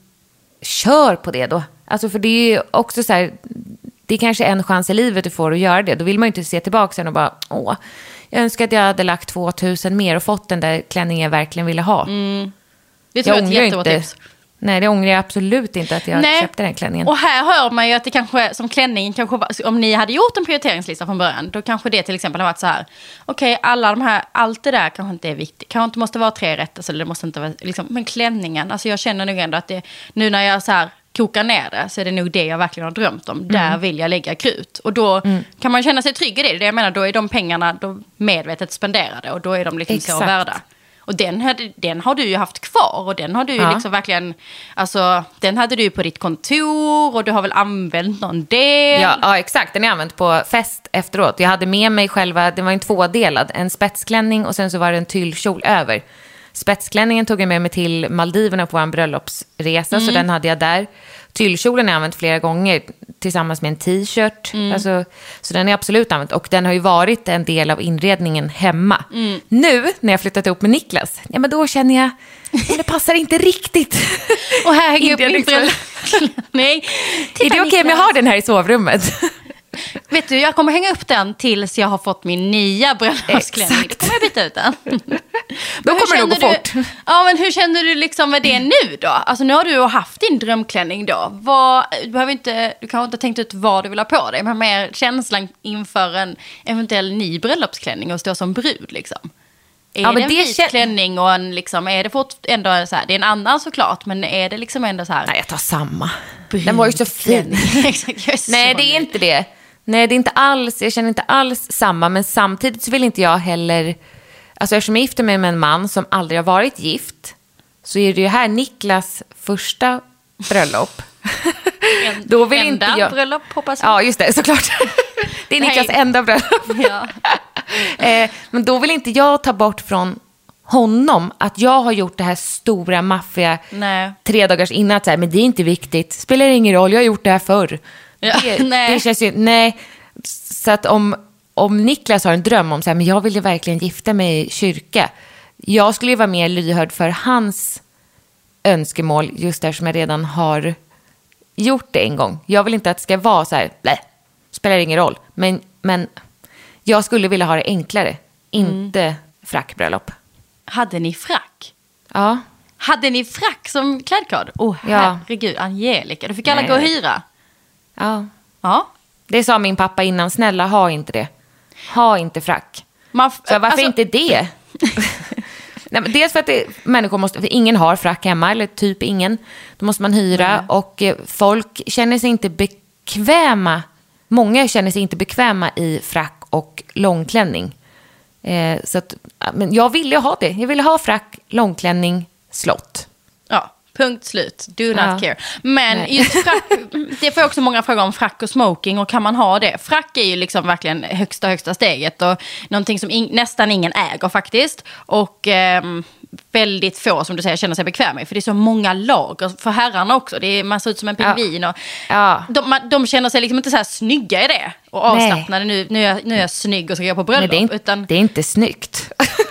B: kör på det då. Alltså för det är ju också så här... Det är kanske en chans i livet du får att göra det. Då vill man ju inte se tillbaka sen och bara... jag önskar att jag hade lagt 2000 mer och fått den där klänningen jag verkligen ville ha.
A: Det tror jag är ett jättebra tips.
B: Nej, det ångrar jag absolut inte att jag köpte den klänningen.
A: Och här hör man ju att det kanske, som klänning, kanske, om ni hade gjort en prioriteringslista från början, då kanske det till exempel har varit så här, okej, allt det där kanske inte är viktigt. Kanske inte måste vara 3 rätter, så det måste inte vara, liksom, men klänningen, alltså jag känner nog ändå att det, nu när jag så här kokar ner det, så är det nog det jag verkligen har drömt om. Där vill jag lägga krut. Och då kan man känna sig trygg i det. Det jag menar, då är de pengarna då medvetet spenderade och då är de liksom så värda. Och den har du ju haft kvar och den har du ju liksom verkligen, alltså den hade du på ditt kontor och du har väl använt någon del.
B: Ja, exakt. Den är använt på fest efteråt. Jag hade med mig själva, det var en 2-delad, en spetsklänning och sen så var det en tyllkjol över. Spetsklänningen tog jag med mig till Maldiverna på en bröllopsresa, så den hade jag där. Tyllkjolen har jag använt flera gånger tillsammans med en t-shirt. Alltså, så den är absolut använt. Och den har ju varit en del av inredningen hemma. Nu, när jag flyttat ihop med Niklas, ja, men då känner jag att det passar inte riktigt.
A: Och här hänger jag upp Nej.
B: Är det okej om jag har den här i sovrummet?
A: Vet du, jag kommer hänga upp den tills jag har fått min nya bröllopsklänning. Då kommer jag byta ut den.
B: Då kommer det nog gå fort.
A: Ja, men hur känner du liksom med det nu då? Alltså nu har du haft din drömklänning då. Du kanske inte tänkt ut vad du vill ha på dig, men mer känslan inför en eventuell ny bröllopsklänning och stå som brud liksom. Är det en vit klänning och en liksom, är det ändå så här, det är en annan såklart, men är det liksom ändå så här?
B: Nej, jag tar samma. Den var ju så fin.
A: Exakt,
B: nej, det är inte det. Nej, det är inte alls, jag känner inte alls samma, men samtidigt så vill inte jag heller, alltså eftersom jag gifter mig med en man som aldrig har varit gift, så är det ju här Niklas första bröllop. Då vill inte jag...
A: bröllop, hoppas jag.
B: Ja, just det, såklart. Det är Niklas enda bröllop.
A: Ja.
B: Men då vill inte jag ta bort från honom att jag har gjort det här stora, maffiga 3 dagars innan. Så här, men det är inte viktigt, spelar ingen roll, jag har gjort det här förr.
A: Ja,
B: det känns ju, så att om Niklas har en dröm om så här, men jag vill ju verkligen gifta mig i kyrka. Jag skulle ju vara mer lyhörd för hans önskemål, just där som jag redan har gjort det en gång. Jag vill inte att det ska vara så här, nej, spelar ingen roll. Men jag skulle vilja ha det enklare, inte frackbröllop.
A: Hade ni frack?
B: Ja.
A: Hade ni frack som klädkod? Herregud, Angelica, då fick alla gå och hyra. Ja. Det
B: sa min pappa innan, snälla ha inte det. Ha inte frack. Så varför inte det? Nej, men dels för att människor måste, för ingen har frack hemma, eller typ ingen. Då måste man hyra och folk känner sig inte bekväma. Många känner sig inte bekväma i frack och långklänning. Så att, men jag ville ha det. Jag ville ha frack, långklänning, slott.
A: Ja, punkt slut. Do not care. Men just frack, det får också många frågor om frack och smoking. Och kan man ha det? Frack är ju liksom verkligen högsta steget. Och någonting som nästan ingen äger faktiskt. Och väldigt få, som du säger, känner sig bekväm med. För det är så många lager för herrarna också. Man ser ut som en pingvin. Och de känner sig liksom inte så här snygga i det. Och avslappnade. Nu är jag snygg och ska gå på bröllop.
B: Nej, det är inte snyggt.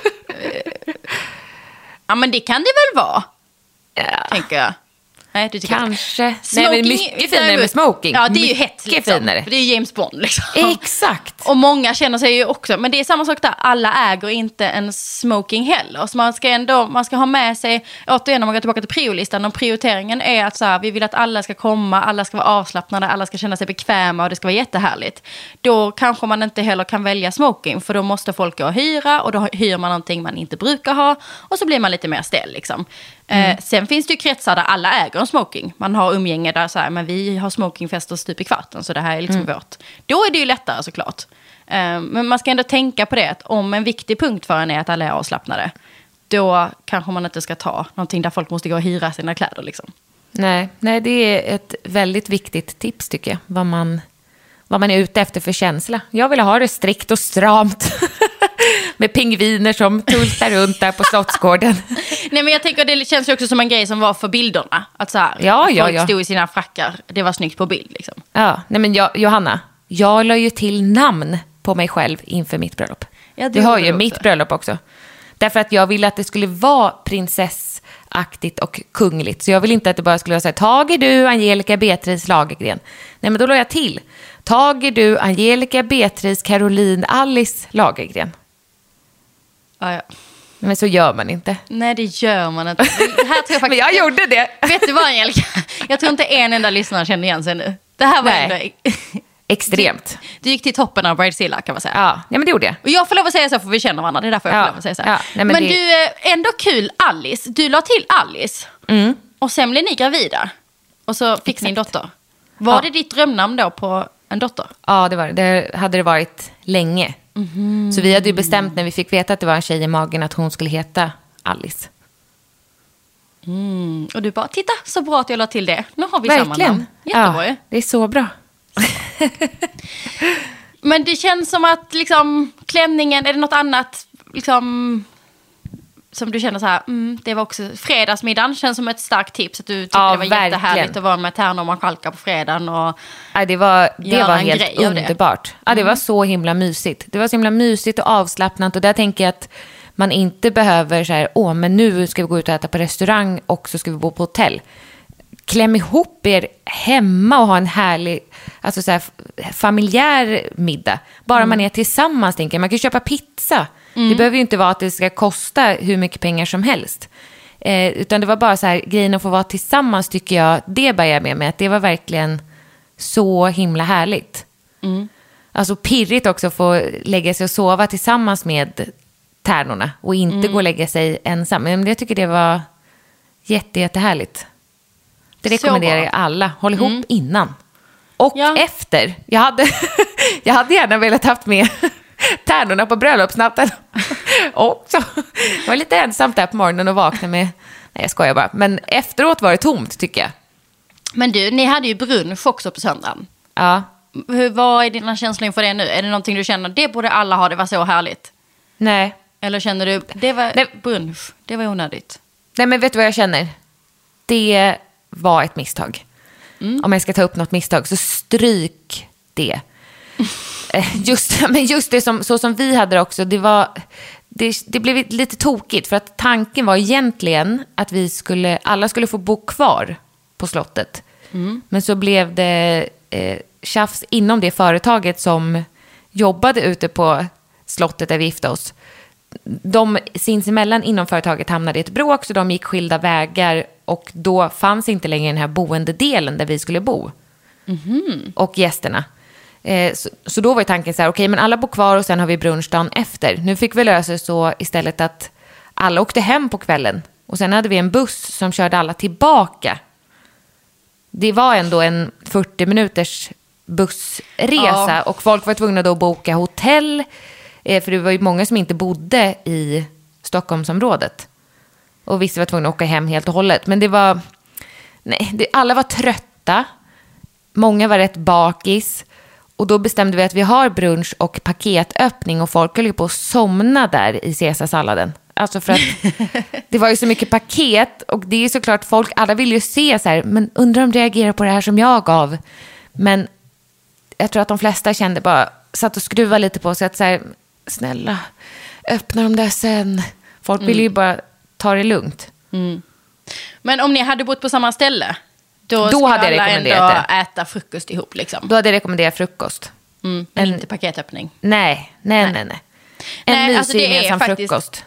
A: Ja, men det kan det väl vara? Tänker jag. Nej, du tycker
B: kanske.
A: Smoking,
B: nej, men mycket finare med smoking.
A: Ja, det är ju hett liksom.
B: Finare.
A: För det är ju James Bond liksom.
B: Exakt.
A: Och många känner sig ju också, men det är samma sak där. Alla äger inte en smoking heller. Så man ska ha med sig, återigen om man går tillbaka till priolistan, och prioriteringen är att så här, vi vill att alla ska komma, alla ska vara avslappnade, alla ska känna sig bekväma och det ska vara jättehärligt. Då kanske man inte heller kan välja smoking, för då måste folk gå och hyra, och då hyr man någonting man inte brukar ha, och så blir man lite mer stel liksom. Sen finns det ju kretsar där alla äger en smoking. Man har umgänge där så här, men vi har smokingfester stup i kvarten, så det här är liksom vårt. Då är det ju lättare såklart. Men man ska ändå tänka på det, att om en viktig punkt för en är att alla är avslappnade, då kanske man inte ska ta någonting där folk måste gå och hyra sina kläder liksom.
B: Nej, det är ett väldigt viktigt tips tycker jag. Vad man är ute efter för känsla. Jag vill ha det strikt och stramt. Med pingviner som tultar runt där på Slottsgården.
A: Nej, men jag tänker det känns ju också som en grej som var för bilderna. Att så här, folk stod i sina frackar. Det var snyggt på bild liksom.
B: Ja, nej men Johanna, jag la ju till namn på mig själv inför mitt bröllop. Ja, du har ju också mitt bröllop också. Därför att jag ville att det skulle vara prinsessaktigt och kungligt. Så jag vill inte att det bara skulle vara så här: Tager du Angelica Beatrice Lagergren? Nej, men då la jag till: Tager du Angelica Beatrice Caroline Alice Lagergren?
A: Ja.
B: Men så gör man inte.
A: Nej, det gör man inte. Det här tror jag faktiskt,
B: men jag gjorde det.
A: Vet du vad, Angelica? Jag tror inte en enda lyssnare känner igen sig nu. Det här var ändå
B: extremt.
A: Du gick till toppen av Bridezilla, kan man säga.
B: Ja, men det gjorde jag.
A: Och jag får lov att säga så, för vi känner varandra. Det är därför jag får lov att säga så.
B: Ja, nej,
A: men du, ändå kul Alice. Du la till Alice. Och sen blev ni gravida. Och så fick ni en dotter. Var det ditt drömnamn då på en dotter?
B: Ja, det var det. Det hade det varit länge. Så vi hade ju bestämt när vi fick veta att det var en tjej i magen att hon skulle heta Alice.
A: Och du bara, titta så bra att jag la till det. Nu har vi samma namn. Jättebra.
B: Ja, det är så bra.
A: Men det känns som att liksom, klänningen, är det något annat liksom, som du känner så här, det var också fredagsmiddagen känns som ett starkt tips, att du tyckte det var verkligen jättehärligt att vara med tärnor och marskalkar på fredagen och
B: det var helt underbart. Ja, det var så himla mysigt. Det var så himla mysigt och avslappnat, och där tänker jag att man inte behöver så här, men nu ska vi gå ut och äta på restaurang och så ska vi bo på hotell. Kläm ihop er hemma och ha en härlig, alltså så här, familjär middag. Bara man är tillsammans, tänker jag. Man kan köpa pizza. Det behöver ju inte vara att det ska kosta hur mycket pengar som helst. Utan det var bara så här, grejen att få vara tillsammans, tycker jag. Det bär jag med mig, att det var verkligen så himla härligt. Alltså pirrigt också att få lägga sig och sova tillsammans med tärnorna och inte gå och lägga sig ensam. Men jag tycker det var jättehärligt. Det rekommenderar jag alla. Håll ihop innan. Och efter. Jag hade gärna velat haft med tärnorna på bröllopsnatten. också. Jag var lite ensamt där på morgonen och vaknade med... Nej, jag skojar bara. Men efteråt var det tomt, tycker jag.
A: Men du, ni hade ju brunch också på söndagen.
B: Ja.
A: Vad är dina känslor inför det nu? Är det någonting du känner, det borde alla ha, det var så härligt?
B: Nej.
A: Eller känner du, det var brunch, det var onödigt?
B: Nej, men vet du vad jag känner? Det var ett misstag. Om jag ska ta upp något misstag, så stryk det. Just det som vi hade också, det blev lite tokigt, för att tanken var egentligen att alla skulle få bo kvar på slottet. Men så blev det tjafs inom det företaget som jobbade ute på slottet där vi gifte oss. De sinsemellan inom företaget hamnade i ett bråk, så de gick skilda vägar, och då fanns inte längre den här boendedelen där vi skulle bo. Och gästerna. Så då var ju tanken så här, okej, men alla bor kvar och sen har vi brunchdagen efter. Nu fick vi lösa så istället att alla åkte hem på kvällen. Och sen hade vi en buss som körde alla tillbaka. Det var ändå en 40 minuters bussresa. Och folk var tvungna då att boka hotell För det var ju många som inte bodde i Stockholmsområdet. Och vissa var tvungna att åka hem helt och hållet. Men det var... Nej, alla var trötta. Många var rätt bakis. Och då bestämde vi att vi har brunch och paketöppning. Och folk höll ju på att somna där i Caesarsalladen. Alltså för att det var ju så mycket paket. Och det är såklart folk, alla vill ju se så här. Men undrar om de reagerar på det här som jag gav. Men jag tror att de flesta kände bara... Satt och skruva lite på sig att så här, snälla, öppna dem där sen. Folk vill ju bara ta det lugnt. Mm.
A: Men om ni hade bott på samma ställe, då skulle
B: hade jag
A: alla
B: rekommenderat
A: ändå äta frukost ihop liksom.
B: Då hade jag rekommenderat frukost.
A: Men inte paketöppning.
B: Nej. En mysig gemensam frukost.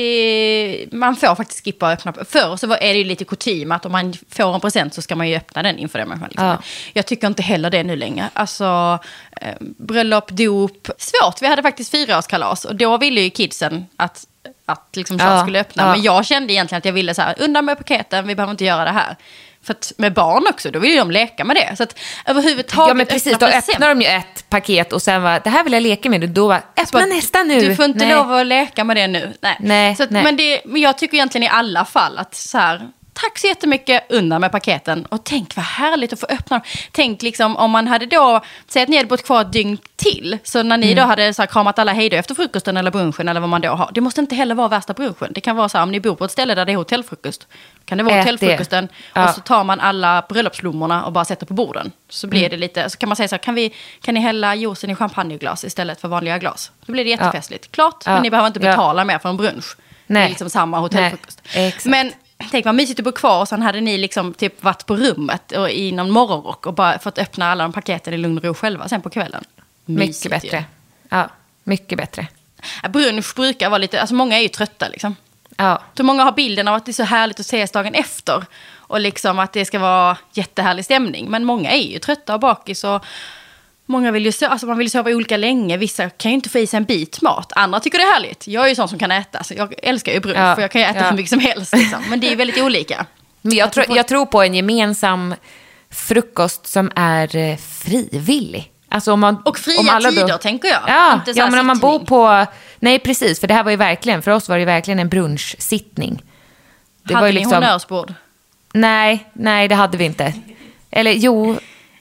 A: Man får faktiskt skippa och öppna. Förr så är det ju lite kutym att om man får en present så ska man ju öppna den inför det människan. Liksom. Ja. Jag tycker inte heller det nu längre. Alltså, bröllop, dop, svårt. Vi hade faktiskt 4-årskalas och då ville ju kidsen att liksom Charles skulle öppna. Men jag kände egentligen att jag ville så här, undan med paketen, vi behöver inte göra det här. För att med barn också, då vill ju de leka med det. Så att överhuvudtaget...
B: Ja, men precis, då öppnar de ju ett paket och sen det här vill jag leka med. Då öppna nästa nu.
A: Du får inte lov att leka med det nu. Nej. Så att, men jag tycker egentligen i alla fall att så här... Tack så jättemycket, undan med paketen. Och tänk vad härligt att få öppna dem. Tänk liksom om man hade då, säg att ni hade bott kvar ett dygn till. Så när ni då hade så här, kramat alla hejdå efter frukosten eller brunchen eller vad man då har. Det måste inte heller vara värsta brunchen. Det kan vara så här, om ni bor på ett ställe där det är hotellfrukost. Kan det vara hotellfrukosten och så tar man alla bröllopsblommorna och bara sätter på borden. Så blir det lite, så kan man säga så här, kan ni hälla juicen i champagneglas istället för vanliga glas? Då blir det jättefestligt. Klart, men ni behöver inte betala mer för en brunch.
B: Nej.
A: Det är liksom samma hotellfrukost. Men tänk vad mysigt att bo kvar och sen hade ni liksom typ varit på rummet och i någon morgonrock och bara fått öppna alla de paketen i lugn och ro själva sen på kvällen. Mysigt,
B: mycket bättre. Ju. Ja, mycket bättre.
A: Brunch brukar vara lite, alltså många är ju trötta liksom.
C: Ja.
A: Så många har bilden av att det är så härligt att ses dagen efter och liksom att det ska vara jättehärlig stämning. Men många är ju trötta och bakis och många vill ju alltså man vill sova olika länge. Vissa kan ju inte få i sig en bit mat. Andra tycker det är härligt. Jag är ju sån som kan äta. Så jag älskar ju brunch för jag kan ju äta hur mycket som helst. Liksom. Men det är väldigt olika.
B: Men jag tror på en gemensam frukost som är frivillig. Alltså
A: och fria tider tänker jag.
B: Ja, men om man bor på... Nej, precis. För det här var ju verkligen... För oss var det verkligen en brunchsittning.
A: Det hade var ju liksom... ni honnörsbord?
B: Nej, det hade vi inte. Eller Jo,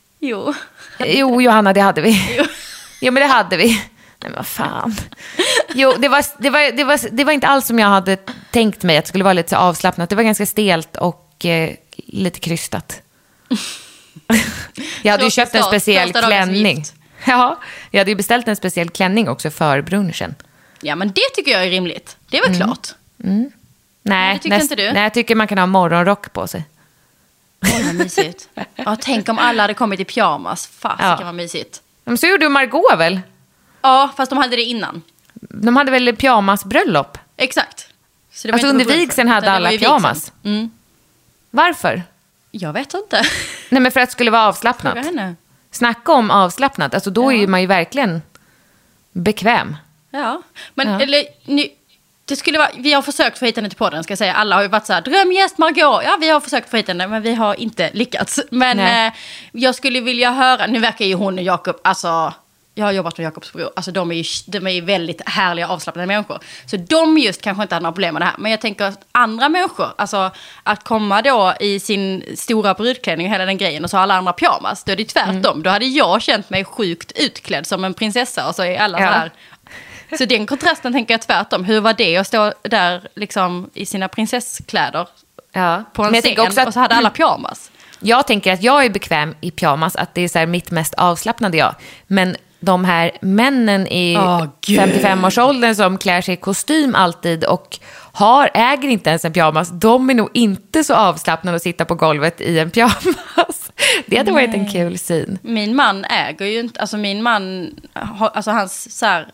B: Johanna, det hade vi. Jo, men det hade vi. Nej, men vad fan. Jo, det var inte alls som jag hade tänkt mig att det skulle vara lite så avslappnat. Det var ganska stelt och lite krystat. Jag hade ju köpt en speciell klänning. Ja, jag hade ju beställt en speciell klänning också för brunchen. Ja,
A: men det tycker jag är rimligt. Det är väl klart.
B: Mm. Nej,
A: det tycker inte du?
B: Nej, jag tycker man kan ha morgonrock på sig.
A: Oj, vad mysigt. Ja, tänk om alla hade kommit i pyjamas. Fast det kan vara mysigt.
B: Men så gjorde ju Margot väl?
A: Ja, fast de hade det innan.
B: De hade väl pyjamasbröllop?
A: Exakt. Så det var
B: alltså under vigseln hade alla pyjamas?
A: Mm.
B: Varför?
A: Jag vet inte.
B: Nej, men för att det skulle vara avslappnat. Snacka om avslappnat. Alltså då är man ju verkligen bekväm.
A: Ja, men eller... Det skulle vara, vi har försökt få hit henne till podden, ska jag säga. Alla har ju varit så här, drömgäst Margot. Ja, vi har försökt få hit henne, men vi har inte lyckats. Men jag skulle vilja höra, nu verkar ju hon och Jakob, alltså, jag har jobbat med Jakobs bror. Alltså de är ju väldigt härliga och avslappnade människor. Så de just kanske inte hade några problem med det här. Men jag tänker att andra människor, alltså att komma då i sin stora brudklänning och hela den grejen och så alla andra pyjamas, då är det tvärtom. Då hade jag känt mig sjukt utklädd som en prinsessa och så är alla så här... Så den kontrasten tänker jag tvärtom. Hur var det att stå där liksom, i sina prinsesskläder på en scen också och så hade alla pyjamas?
B: Jag tänker att jag är bekväm i pyjamas, att det är så här mitt mest avslappnade jag. Men de här männen i 55-årsåldern som klär sig i kostym alltid och äger inte ens en pyjamas, de är nog inte så avslappnade att sitta på golvet i en pyjamas. Det hade varit en kul syn.
A: Min man äger ju inte, alltså min man, alltså hans så här...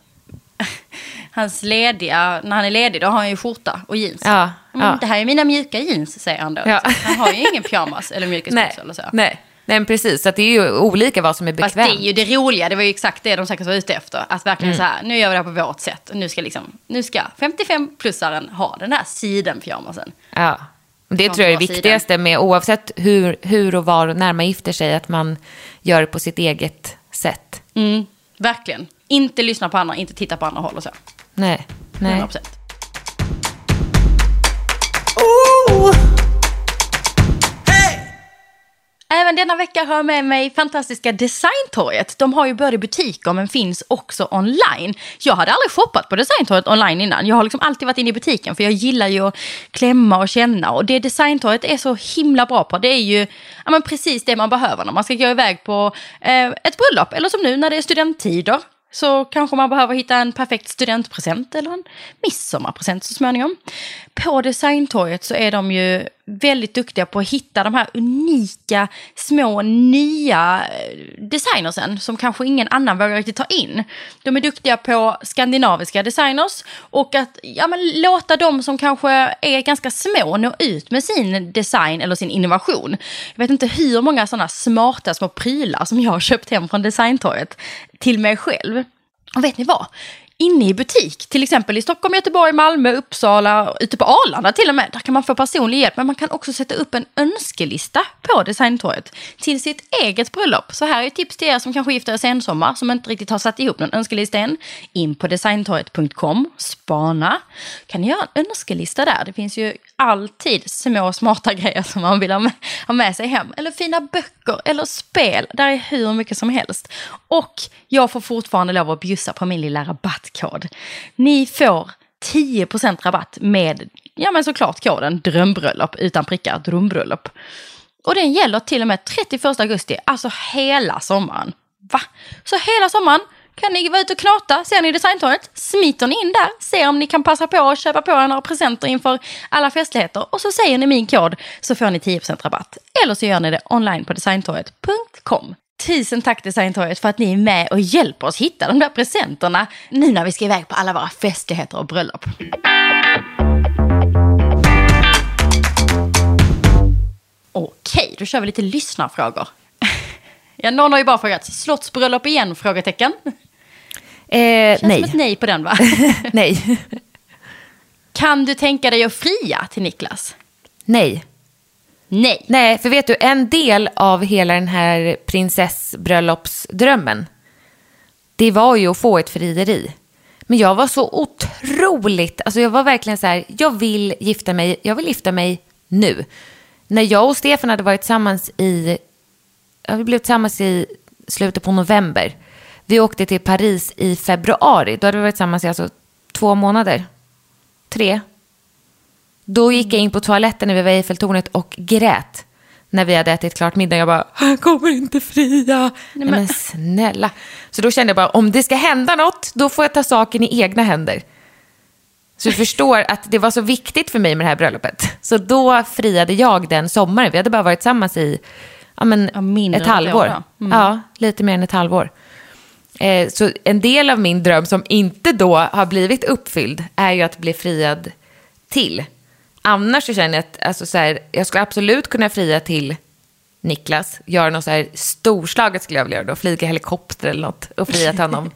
A: Hans lediga, när han är ledig då har han ju skjorta och jeans. Det här är mina mjuka jeans, säger han då. Han har ju ingen pyjamas eller mjuka skor eller så.
B: Nej, men precis. Så att det är ju olika vad som är bekvämt.
A: Fast det är ju det roliga, det var ju exakt det de säkert var ute efter. Att verkligen så här, nu gör vi det här på vårt sätt. Och nu ska 55-plussaren ha den här sidenpyjamasen. Ja,
B: det tror jag är det viktigaste med oavsett hur och var och när man gifter sig. Att man gör det på sitt eget sätt.
A: Verkligen. Inte lyssna på andra, inte titta på andra håll och så.
B: Nej.
A: 100%. Även denna vecka har jag med mig fantastiska Designtorget. De har ju både butiker men finns också online. Jag hade aldrig shoppat på Designtorget online innan. Jag har liksom alltid varit inne i butiken för jag gillar ju att klämma och känna. Och det Designtorget är så himla bra på, det är ju precis det man behöver när man ska gå iväg på ett bröllop. Eller som nu när det är studenttider. Så kanske man behöver hitta en perfekt studentpresent eller en midsommarpresent så småningom. På Designtorget så är de ju väldigt duktiga på att hitta de här unika, små, nya designersen som kanske ingen annan vågar riktigt ta in. De är duktiga på skandinaviska designers och att låta dem som kanske är ganska små nå ut med sin design eller sin innovation. Jag vet inte hur många sådana smarta små prylar som jag har köpt hem från Designtorget till mig själv. Och vet ni vad? Inne i butik, till exempel i Stockholm, Göteborg, Malmö, Uppsala, ute på Arlanda till och med, där kan man få personlig hjälp. Men man kan också sätta upp en önskelista på Designtorget till sitt eget bröllop. Så här är tips till er som kanske gifter er sensommar, som inte riktigt har satt ihop någon önskelista än. In på designtorget.com, spana. Kan ni göra en önskelista där? Det finns ju alltid små smarta grejer som man vill ha med sig hem. Eller fina böcker, eller spel. Där är hur mycket som helst. Och jag får fortfarande lov att bjussa på min lilla rabattkod. Ni får 10% rabatt med, såklart koden drömbröllop, utan prickar, drömbröllop. Och den gäller till och med 31 augusti, alltså hela sommaren. Va? Så hela sommaren kan ni vara ute och knata, ser ni Designtorget, smiter ni in där, ser om ni kan passa på att köpa på några presenter inför alla festligheter och så säger ni min kod så får ni 10% rabatt. Eller så gör ni det online på designtorget.com. Tusen tack Designtorget för att ni är med och hjälper oss hitta de där presenterna nu när vi ska iväg på alla våra festligheter och bröllop. Okej, då kör vi lite lyssnarfrågor. Ja, någon har ju bara frågat, slottsbröllop igen? Frågetecken. Känns
B: nej.
A: som ett nej på den, va?
B: Nej.
A: Kan du tänka dig att fria till Niklas?
B: Nej. Nej, för vet du, en del av hela den här prinsessbröllopsdrömmen, det var ju att få ett frieri. Men jag var så otroligt, jag var verkligen så här, jag vill gifta mig nu. När jag och Stefan hade varit tillsammans vi blev tillsammans i slutet på november. Vi åkte till Paris i februari. Då hade vi varit tillsammans i 2 månader. 3. Då gick jag in på toaletten när vi var i Eiffeltornet och grät. När vi hade ätit klart middag. Jag bara, han kommer inte fria. Nej, men snälla. Så då kände jag bara, om det ska hända något, då får jag ta saken i egna händer. Så du förstår att det var så viktigt för mig med det här bröllopet. Så då friade jag den sommaren. Vi hade bara varit tillsammans i ett halvår. Ja, lite mer än ett halvår. Så en del av min dröm som inte då har blivit uppfylld är ju att bli friad till. Annars så känner jag att jag skulle absolut kunna fria till Niklas. Göra något så här storslaget skulle jag vilja göra då. Flyga helikopter eller något och fria till honom.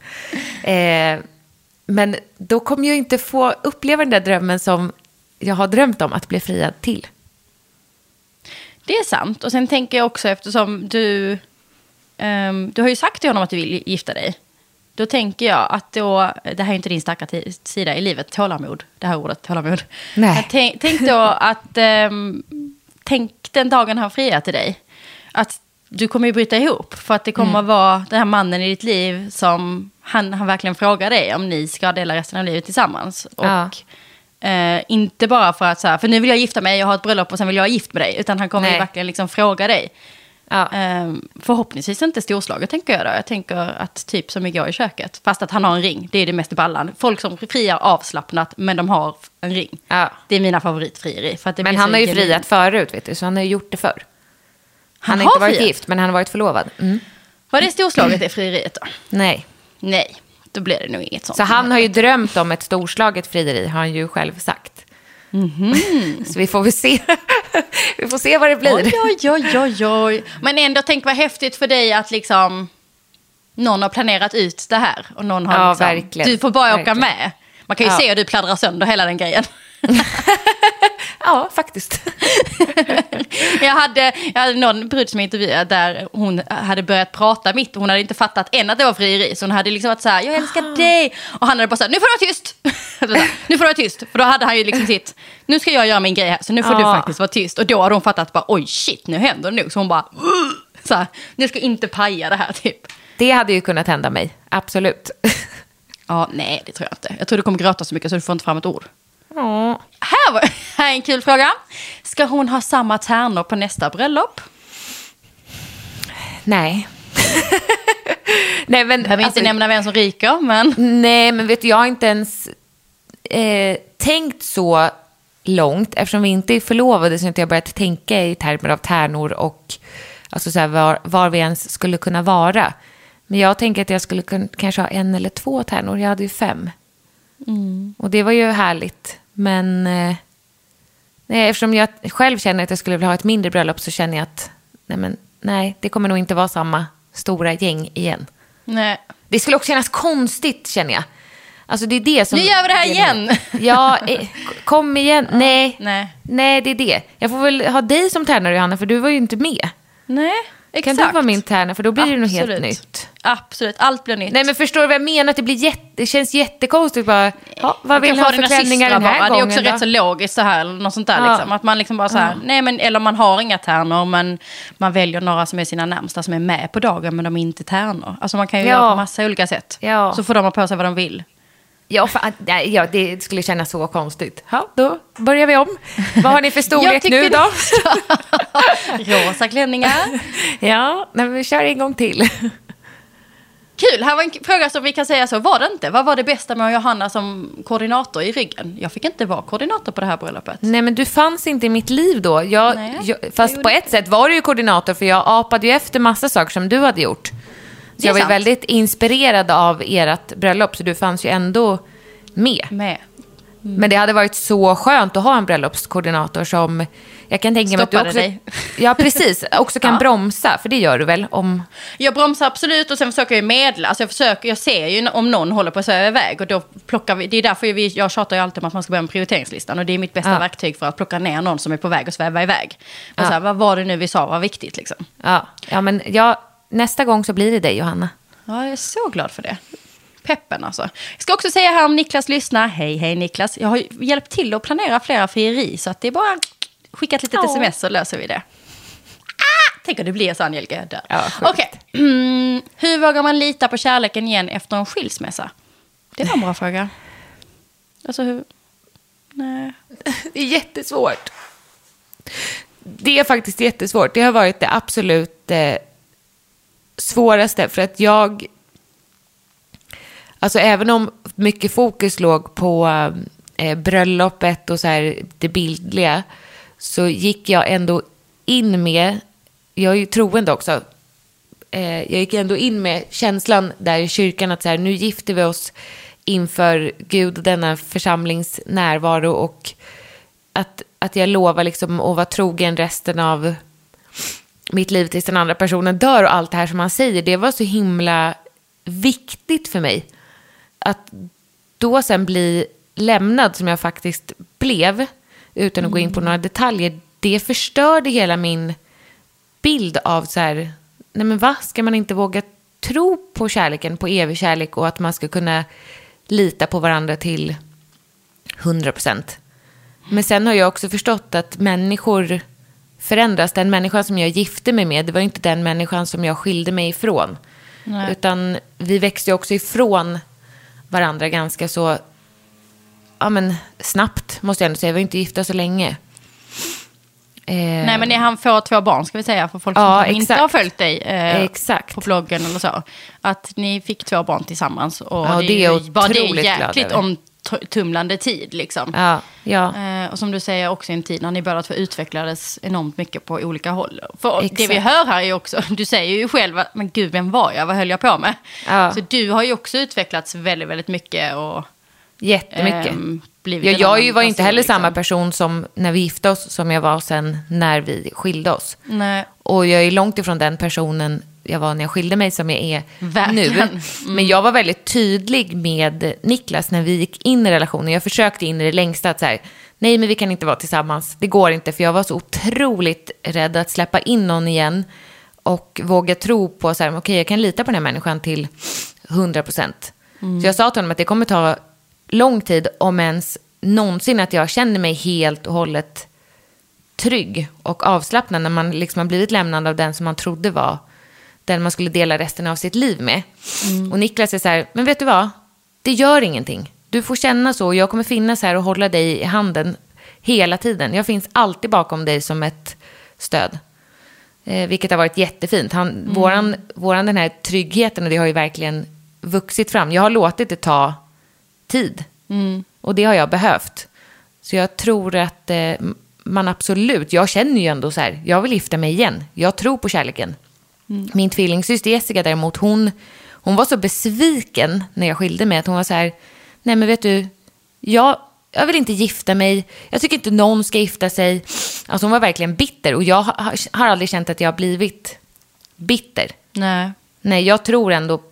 B: Men då kommer jag inte få uppleva den där drömmen som jag har drömt om att bli friad till.
A: Det är sant. Och sen tänker jag också, eftersom du har ju sagt till honom att du vill gifta dig. Då tänker jag att det här är inte din starka sida i livet, tålamod. Det här ordet, tålamod.
B: Nej.
A: Tänk då att, tänk den dagen han friar till dig. Att du kommer ju bryta ihop. För att det kommer att vara den här mannen i ditt liv som han verkligen frågar dig om ni ska dela resten av livet tillsammans. Och inte bara för att för nu vill jag gifta mig, jag har ett bröllop och sen vill jag gift med dig. Utan han kommer ju verkligen liksom fråga dig. Ja. Förhoppningsvis inte storslaget tänker jag då. Jag tänker att typ som igår i köket. Fast att han har en ring, det är det mest ballan. Folk som friar avslappnat men de har en ring. Ja. Det är mina favoritfrieri. För att det
B: men han har ju friat förut, vet du, så han har ju gjort det förr. Han har inte varit gift, men han har varit förlovad.
A: Var det storslaget det frieriet då?
B: Nej,
A: då blir det nog inget sånt.
B: Så han har ju drömt om ett storslaget frieri, har han ju själv sagt. Så vi får väl se. Vi får se vad det blir.
A: Oj. Men ändå, tänk vad häftigt för dig att liksom någon har planerat ut det här och någon har verkligen. Du får bara åka med. Man kan ju se hur du pladdrar sönder hela den grejen.
B: Ja, faktiskt.
A: Jag hade någon brud som jag intervjuade där hon hade börjat prata mitt. Hon hade inte fattat än att det var frieri. Så hon hade liksom varit så här, jag älskar dig. Och han hade bara sagt, nu får du vara tyst. Nu får du vara tyst. För då hade han ju liksom sitt, nu ska jag göra min grej här. Så nu får du faktiskt vara tyst. Och då hade hon fattat bara, oj shit, nu händer det nu. Så hon bara, så här, nu ska inte paja det här typ.
B: Det hade ju kunnat hända mig, absolut.
A: Ja, nej det tror jag inte. Jag tror du kommer gråta så mycket så du får inte fram ett ord.
B: Ja.
A: Här är en kul fråga. Ska hon ha samma tärnor på nästa bröllop?
B: Nej. Nej, men
A: behöver inte nämna vem som ryker, men...
B: Nej, men vet du, jag har inte ens tänkt så långt. Eftersom vi inte är förlovade så har jag börjat tänka i termer av tärnor och alltså så här, var vi ens skulle kunna vara. Men jag tänker att jag skulle kanske ha 1 eller 2 tärnor. Jag hade ju 5. Och det var ju härligt. Men eftersom jag själv känner att jag skulle vilja ha ett mindre bröllop så känner jag att nej, det kommer nog inte vara samma stora gäng igen. Nej. Det skulle också kännas konstigt, känner jag. Alltså det är det som...
A: Nu gör vi det här igen!
B: Ja, kom igen. Nej, det är det. Jag får väl ha dig som tärnare, Johanna, för du var ju inte med.
A: Nej, exakt.
B: Kan du vara min tärna, för då blir det något helt nytt.
A: Absolut, allt blir nytt.
B: Nej, men förstår du vad jag menar? Att det känns jättekonstigt bara, vad vill ha för klänningar den här gången?
A: Det är också rätt så logiskt så här, något sånt där liksom. Att man liksom bara så här, nej men, eller man har inga tärnor, men man väljer några som är sina närmsta som är med på dagen, men de är inte tärnor. Alltså man kan ju göra på massa olika sätt. Ja. Så får de ha på sig vad de vill.
B: Ja, det skulle kännas så konstigt. Ja, då börjar vi om. Vad har ni för storlek nu då?
A: Rosa klänningar.
B: Ja, men vi kör en gång till.
A: Kul, här var en fråga som vi kan säga så. Var det inte? Vad var det bästa med Johanna som koordinator i ryggen? Jag fick inte vara koordinator på det här bröllopet.
B: Nej, men du fanns inte i mitt liv då. Fast på ett sätt var du ju koordinator, för jag apade ju efter massa saker som du hade gjort. Så jag var väldigt inspirerad av ert bröllop, så du fanns ju ändå med. Men det hade varit så skönt att ha en bröllopskoordinator som jag kan tänka mig att du också, dig. Ja, precis, också kan bromsa, för det gör du väl om...
A: Jag bromsar absolut, och sen försöker jag medla. Alltså jag ser ju om någon håller på att sväva iväg, och då plockar vi, det är därför jag tjatar ju alltid om att man ska börja med prioriteringslistan, och det är mitt bästa verktyg för att plocka ner någon som är på väg att sväva iväg. Och så här, vad var det nu vi sa var viktigt liksom?
B: Ja, men nästa gång så blir det dig, Johanna.
A: Ja, jag är så glad för det. Peppen alltså. Jag ska också säga här om Niklas lyssnar. Hej Niklas. Jag har hjälpt till att planera flera frieri, så att det är bara skicka ett litet sms så löser vi det. Tänk att det blir så, Angelica. Okej. Hur vågar man lita på kärleken igen efter en skilsmässa? Det var en bra fråga. Alltså hur... Nej.
B: Det är jättesvårt. Det är faktiskt jättesvårt. Det har varit det absolut svåraste, för att alltså även om mycket fokus låg på bröllopet och så här det bildliga, så gick jag ändå in med, jag är ju troende också, jag gick ändå in med känslan där i kyrkan att så här, nu gifter vi oss inför Gud och denna församlings närvaro, och att jag lovar liksom att vara trogen resten av mitt liv tills den andra personen dör, och allt det här som han säger, det var så himla viktigt för mig. Att då sen bli lämnad som jag faktiskt blev, utan att gå in på några detaljer, det förstörde hela min bild av så här, nej men vad, ska man inte våga tro på kärleken, på evig kärlek, och att man ska kunna lita på varandra till 100%. Men sen har jag också förstått att människor förändras. Den människan som jag gifte mig med, det var inte den människan som jag skilde mig ifrån. Nej. Utan vi växte också ifrån varandra ganska så snabbt, måste jag ändå säga. Vi var inte gifta så länge.
A: Nej, men han får 2 barn, ska vi säga, för folk som inte har följt dig på bloggen eller så. Att ni fick 2 barn tillsammans. Och
B: det är otroligt
A: jäkligt omtumlande tid liksom.
B: Ja.
A: Och som du säger också, en tid när ni båda två utvecklades enormt mycket på olika håll. För det vi hör här är ju också, du säger ju själv att, men gud, vem var jag? Vad höll jag på med? Så du har ju också utvecklats väldigt, väldigt mycket. Och
B: jättemycket. Jag var inte heller liksom samma person som när vi gifte oss som jag var sen när vi skilde oss.
A: Nej.
B: Och jag är långt ifrån den personen jag var när jag skilde mig som jag är
A: Verkligen.
B: nu. Men jag var väldigt tydlig med Niklas när vi gick in i relationen. Jag försökte in i det längsta att så här, nej men vi kan inte vara tillsammans. Det går inte, för jag var så otroligt rädd att släppa in någon igen. Och våga tro på så här, okej, jag kan lita på den här människan till 100%. Så jag sa till honom att det kommer ta lång tid, om ens någonsin, att jag känner mig helt och hållet trygg och avslappnad när man liksom har blivit lämnad av den som man trodde var den man skulle dela resten av sitt liv med. Och Niklas är så här, men vet du vad? Det gör ingenting. Du får känna så, och jag kommer finnas här och hålla dig i handen hela tiden. Jag finns alltid bakom dig som ett stöd. Vilket har varit jättefint. Våran den här tryggheten, och det har ju verkligen vuxit fram. Jag har låtit det ta tid. Och det har jag behövt. Så jag tror att man absolut, jag känner ju ändå så här, jag vill gifta mig igen. Jag tror på kärleken. Min tvillingsyster Jessica däremot, hon var så besviken när jag skilde mig, att hon var så här, nej men vet du, jag vill inte gifta mig. Jag tycker inte någon ska gifta sig. Alltså hon var verkligen bitter. Och jag har aldrig känt att jag har blivit bitter. Nej, jag tror ändå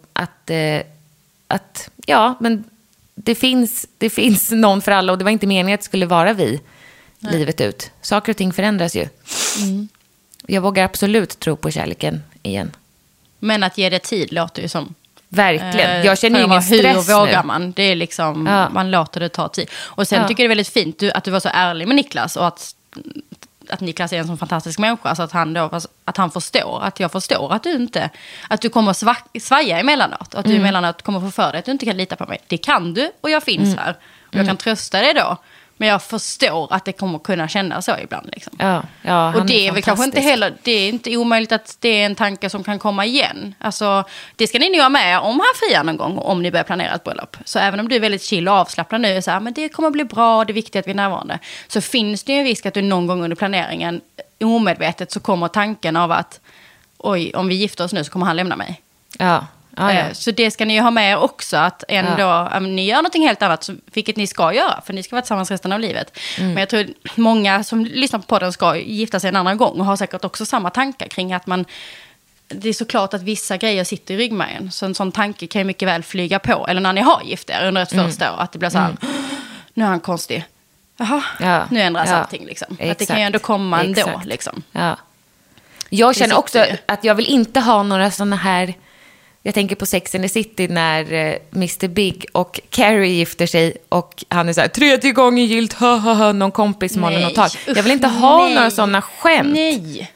B: att ja, men det finns någon för alla. Och det var inte meningen att det skulle vara vi livet ut. Saker och ting förändras ju. Jag vågar absolut tro på kärleken igen.
A: Men att ge det tid låter ju som...
B: Verkligen. Jag känner ju ingen stress
A: hur vågar man? Det är liksom, man låter det ta tid. Och sen tycker jag det är väldigt fint att du var så ärlig med Niklas. Och att Niklas är en sån fantastisk människa. Så att han förstår, att jag förstår att du kommer svaja emellanåt. Och att du emellanåt kommer få för dig att du inte kan lita på mig. Det kan du, och jag finns här. Och jag kan trösta dig då. Men jag förstår att det kommer kunna kännas så ibland. Liksom.
B: Ja,
A: och det är väl kanske inte heller, det är inte omöjligt att det är en tanke som kan komma igen. Alltså, det ska ni nog ha med om han friar någon gång, om ni börjar planera ett bröllop. Så även om du är väldigt chill och avslappnad nu, så här, men det kommer bli bra, det är viktigt att vi är närvarande. Så finns det ju en risk att du någon gång under planeringen, omedvetet, så kommer tanken av att, oj, om vi gifter oss nu så kommer han lämna mig.
B: Ja.
A: Så det ska ni ju ha med också, att ändå ni gör någonting helt annat, vilket ni ska göra, för ni ska vara tillsammans resten av livet. Men jag tror många som lyssnar på podden ska gifta sig en annan gång och har säkert också samma tankar kring att det är såklart att vissa grejer sitter i ryggmärgen, så en sån tanke kan ju mycket väl flyga på, eller när ni har gift er under ett första år, att det blir så här, nu är han konstig, nu ändras allting liksom. Att det kan ju ändå komma ändå liksom.
B: Jag känner också att jag vill inte ha några såna här. Jag tänker på Sex and the City när Mr. Big och Carrie gifter sig och han är så här, 3:e gången gillt, någon kompis som håller något tal. Jag vill inte ha några sådana skämt.
A: Nej,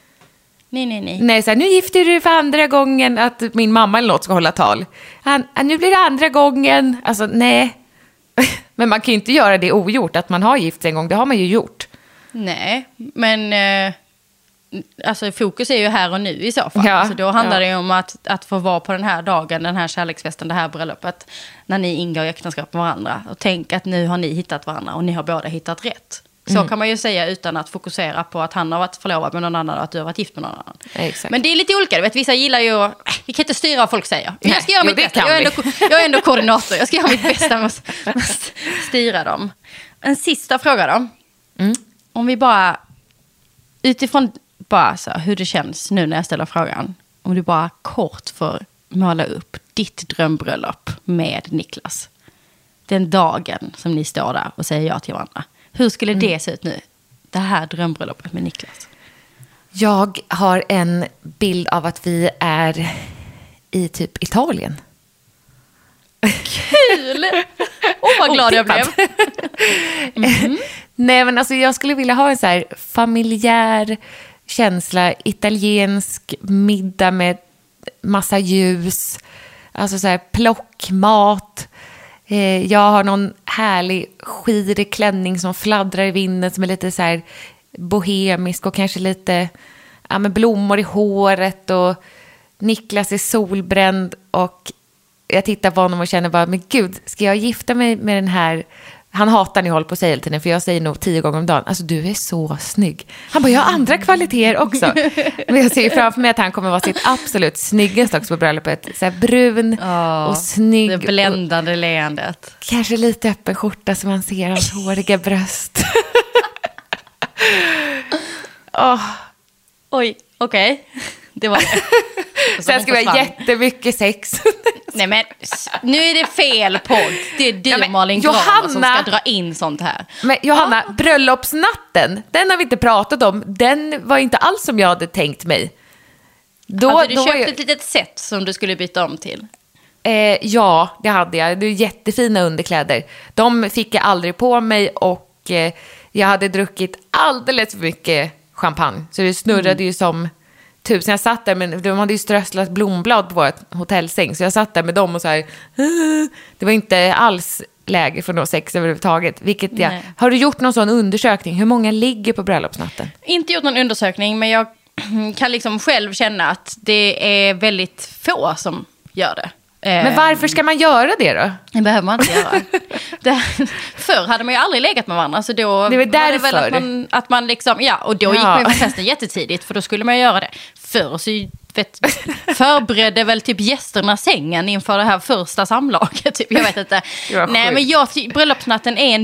B: så här, nu gifter du för andra gången, att min mamma eller något ska hålla tal. Nu blir det andra gången. Alltså, nej. Men man kan ju inte göra det ogjort, att man har gift sig en gång. Det har man ju gjort.
A: Nej, men... Alltså fokus är ju här och nu i så fall. Alltså då handlar det ju om att få vara på den här dagen, den här kärleksfesten, det här bröllopet, när ni ingår i äktenskap med varandra. Och tänk att nu har ni hittat varandra och ni har båda hittat rätt. Så kan man ju säga, utan att fokusera på att han har varit förlovad med någon annan och att du har varit gift med någon annan.
B: Exakt.
A: Men det är lite olika, du vet, vissa gillar ju, vi kan inte styra vad folk säger. Jag ska göra mitt bästa, jag är ändå koordinator, jag ska göra mitt bästa med att styra dem. En sista fråga då. Om vi bara, utifrån bara så hur det känns nu när jag ställer frågan, om du bara kort får måla upp ditt drömbröllop med Niklas. Den dagen som ni står där och säger ja till varandra. Hur skulle det se ut nu? Det här drömbröllopet med Niklas.
B: Jag har en bild av att vi är i typ Italien.
A: Kul! Vad glad jag blev.
B: Nej, men alltså jag skulle vilja ha en så här familjär känsla, italiensk middag med massa ljus, alltså så här plockmat. Jag har någon härlig skirig klänning som fladdrar i vinden, som är lite så här bohemisk och kanske lite med blommor i håret, och Niklas är solbränd och jag tittar på honom och känner bara, men gud, ska jag gifta mig med den här? Han hatar när jag håller på att säga hela tiden, för jag säger nog 10 gånger om dagen, alltså du är så snygg. Han bara, jag har andra kvaliteter också. Men jag ser framför mig att han kommer vara sitt absolut snyggaste också på bröllopet. Så här brun och snygg.
A: Det bländande leendet.
B: Kanske lite öppen skjorta så man ser hans håriga bröst.
A: Oj, okej. Det var det.
B: Sen ska vi ha jättemycket sex.
A: Nej men, nu är det fel podd. Det är du och Malin Gramer som ska dra in sånt här.
B: Men Johanna, bröllopsnatten, den har vi inte pratat om. Den var inte alls som jag hade tänkt mig.
A: Du köpte ett litet set som du skulle byta om till.
B: Ja, det hade jag. Det är jättefina underkläder. De fick jag aldrig på mig och jag hade druckit alldeles för mycket champagne. Så det snurrade ju som tusen. Jag satt där, men de hade ju strösslat blomblad på vårt hotellsäng. Så jag satt där med dem och så här. Det var inte alls läge för något sex överhuvudtaget. Har du gjort någon sån undersökning? Hur många ligger på bröllopsnatten? Inte gjort någon undersökning, men jag kan liksom själv känna att det är väldigt få som gör det. Men varför ska man göra det då?
A: Det behöver man inte göra. Förr hade man ju aldrig legat med varandra. Så då
B: det var därför.
A: Var det väl att man liksom, och då gick man ju på festen jättetidigt. För då skulle man göra det. Förr så förberedde väl typ gästerna sängen inför det här första samlaget. Typ. Jag vet inte. Nej, men bröllopsnatten är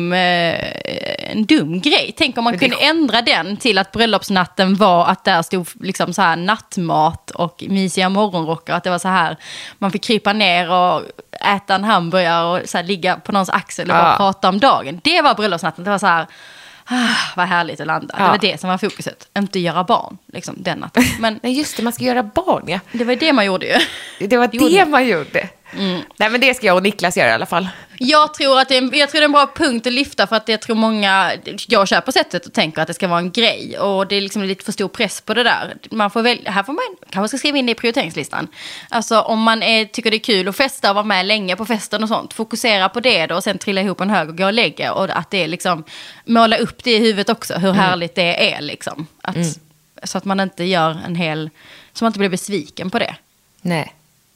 A: en dum grej. Tänk om man kunde ändra den till att bröllopsnatten var att där stod liksom så här nattmat och mysiga morgonrockar. Att det var så här, man fick krypa ner och äta en hamburgare och så här, ligga på någons axel och bara prata om dagen. Det var bröllopsnatten. Det var så här, vad härligt att landa. Det var det som var fokuset. Inte göra barn, liksom, den natten. Men
B: nej, just det, man ska göra barn, ja.
A: Det var det man gjorde ju.
B: Det var det man gjorde. Nej, men det ska jag och Niklas göra i alla fall.
A: Jag tror det är en bra punkt att lyfta, för att jag tror många, jag kör på sättet och tänker att det ska vara en grej, och det är liksom lite för stor press på det där. Man får här får man kanske ska skriva in det i prioriteringslistan. Alltså om man tycker det är kul att festa och vara med länge på festen och sånt, fokusera på det då och sen trilla ihop en hög och gå och lägga, och att det är liksom måla upp det i huvudet också, hur härligt det är liksom. Så att man inte gör så man inte blir besviken på det.
B: Nej.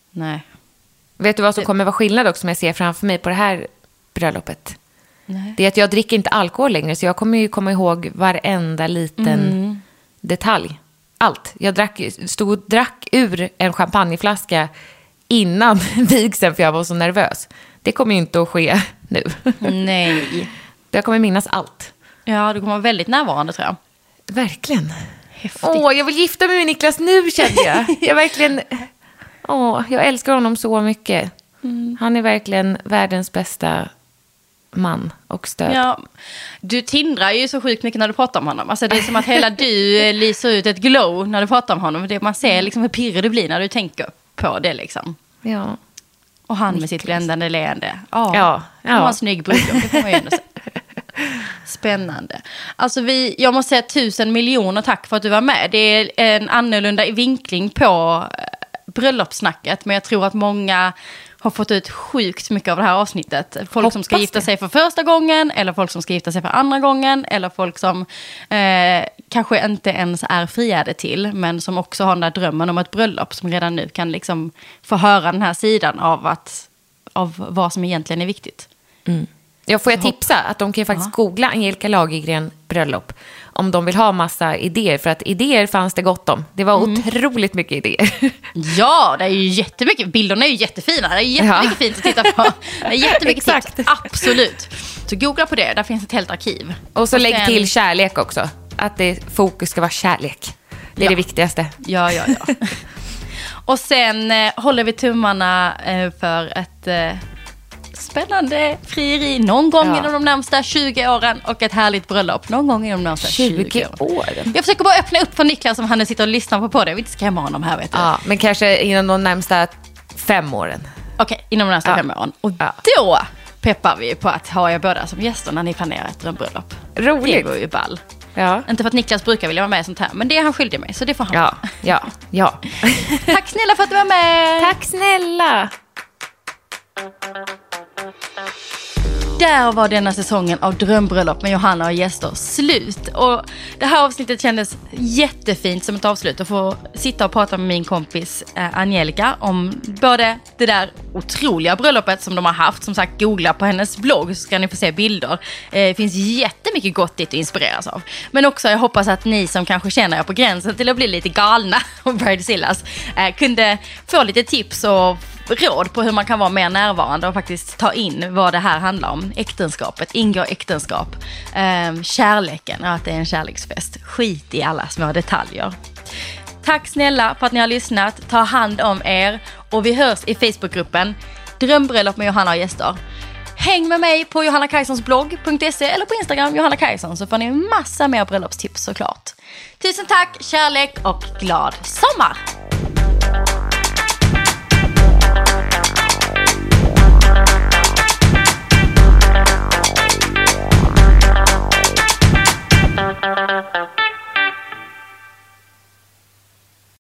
A: Vet
B: du vad som kommer vara skillnad också som jag ser framför mig på det här bröllopet? Nej. Det är att jag dricker inte alkohol längre, så jag kommer ju komma ihåg varenda liten detalj. Allt. Jag drack ur en champagneflaska innan vigseln, för jag var så nervös. Det kommer ju inte att ske nu.
A: Nej.
B: Jag kommer minnas allt.
A: Ja, du kommer vara väldigt närvarande, tror jag.
B: Verkligen. Häftigt. Jag vill gifta mig med Niklas nu, känner jag. Jag verkligen... jag älskar honom så mycket. Han är verkligen världens bästa man och stöd. Ja,
A: du tindrar ju så sjukt mycket när du pratar om honom. Alltså det är som att hela du lyser ut ett glow när du pratar om honom. Det man ser liksom hur pirrig du blir när du tänker på det liksom.
B: Ja.
A: Och han med sitt bländande leende. Han har en snygg brudgum, det får man ju ändå säga. Spännande. Alltså jag måste säga 1000 miljoner tack för att du var med. Det är en annorlunda vinkling på bröllopssnacket, men jag tror att många har fått ut sjukt mycket av det här avsnittet. Folk som ska gifta sig för första gången, eller folk som ska gifta sig för andra gången, eller folk som kanske inte ens är friade till, men som också har den där drömmen om ett bröllop, som redan nu kan liksom få höra den här sidan av vad som egentligen är viktigt.
B: Får jag tipsa att de kan ju faktiskt googla Angelica Lagergren bröllop om de vill ha massa idéer, för att idéer fanns det gott om. Det var otroligt mycket idéer.
A: Ja, det är ju jättemycket. Bilderna är ju jättefina. Det är jättemycket fint att titta på. Det är jättemycket tips. Absolut. Så googla på det. Där finns ett helt arkiv.
B: Och så lägg till kärlek också. Att fokus ska vara kärlek. Det är det viktigaste.
A: Ja. Och sen håller vi tummarna för ett... spännande frieri någon gång inom de närmsta 20 åren och ett härligt bröllop någon gång inom de närmsta 20 åren. Jag försöker bara öppna upp för Niklas som han sitter och lyssnar på det. Vi inte skrämma honom här, vet du.
B: Ja, men kanske inom de närmsta 5 åren.
A: Okej, inom de närmsta 5 åren. Och då peppar vi på att ha er båda som gäster när ni planerar ett drömbröllop.
B: Roligt.
A: Det går ju ball.
B: Ja.
A: Inte för att Niklas brukar vilja vara med i sånt här, men det är han skyldig mig, så det får han.
B: Ja.
A: Tack snälla för att du var med.
B: Tack snälla.
A: Där var denna säsongen av Drömbröllop med Johanna och gäster slut. Och det här avsnittet kändes jättefint som ett avslut att få sitta och prata med min kompis Angelica om både det där otroliga bröllopet som de har haft. Som sagt, googla på hennes blogg så ska ni få se bilder. Det finns jättemycket gott att inspireras av. Men också jag hoppas att ni som kanske känner er på gränsen till att bli lite galna och bridezillas kunde få lite tips och råd på hur man kan vara mer närvarande och faktiskt ta in vad det här handlar om. Äktenskapet, ingår äktenskap, kärleken, att det är en kärleksfest. Skit i alla små detaljer. Tack snälla för att ni har lyssnat. Ta hand om er. Och vi hörs i Facebookgruppen Drömbröllop med Johanna och gäster. Häng med mig på johannakajsonsblogg.se eller på Instagram Johanna Kajson, så får ni en massa mer bröllopstips såklart. Tusen tack, kärlek och glad sommar!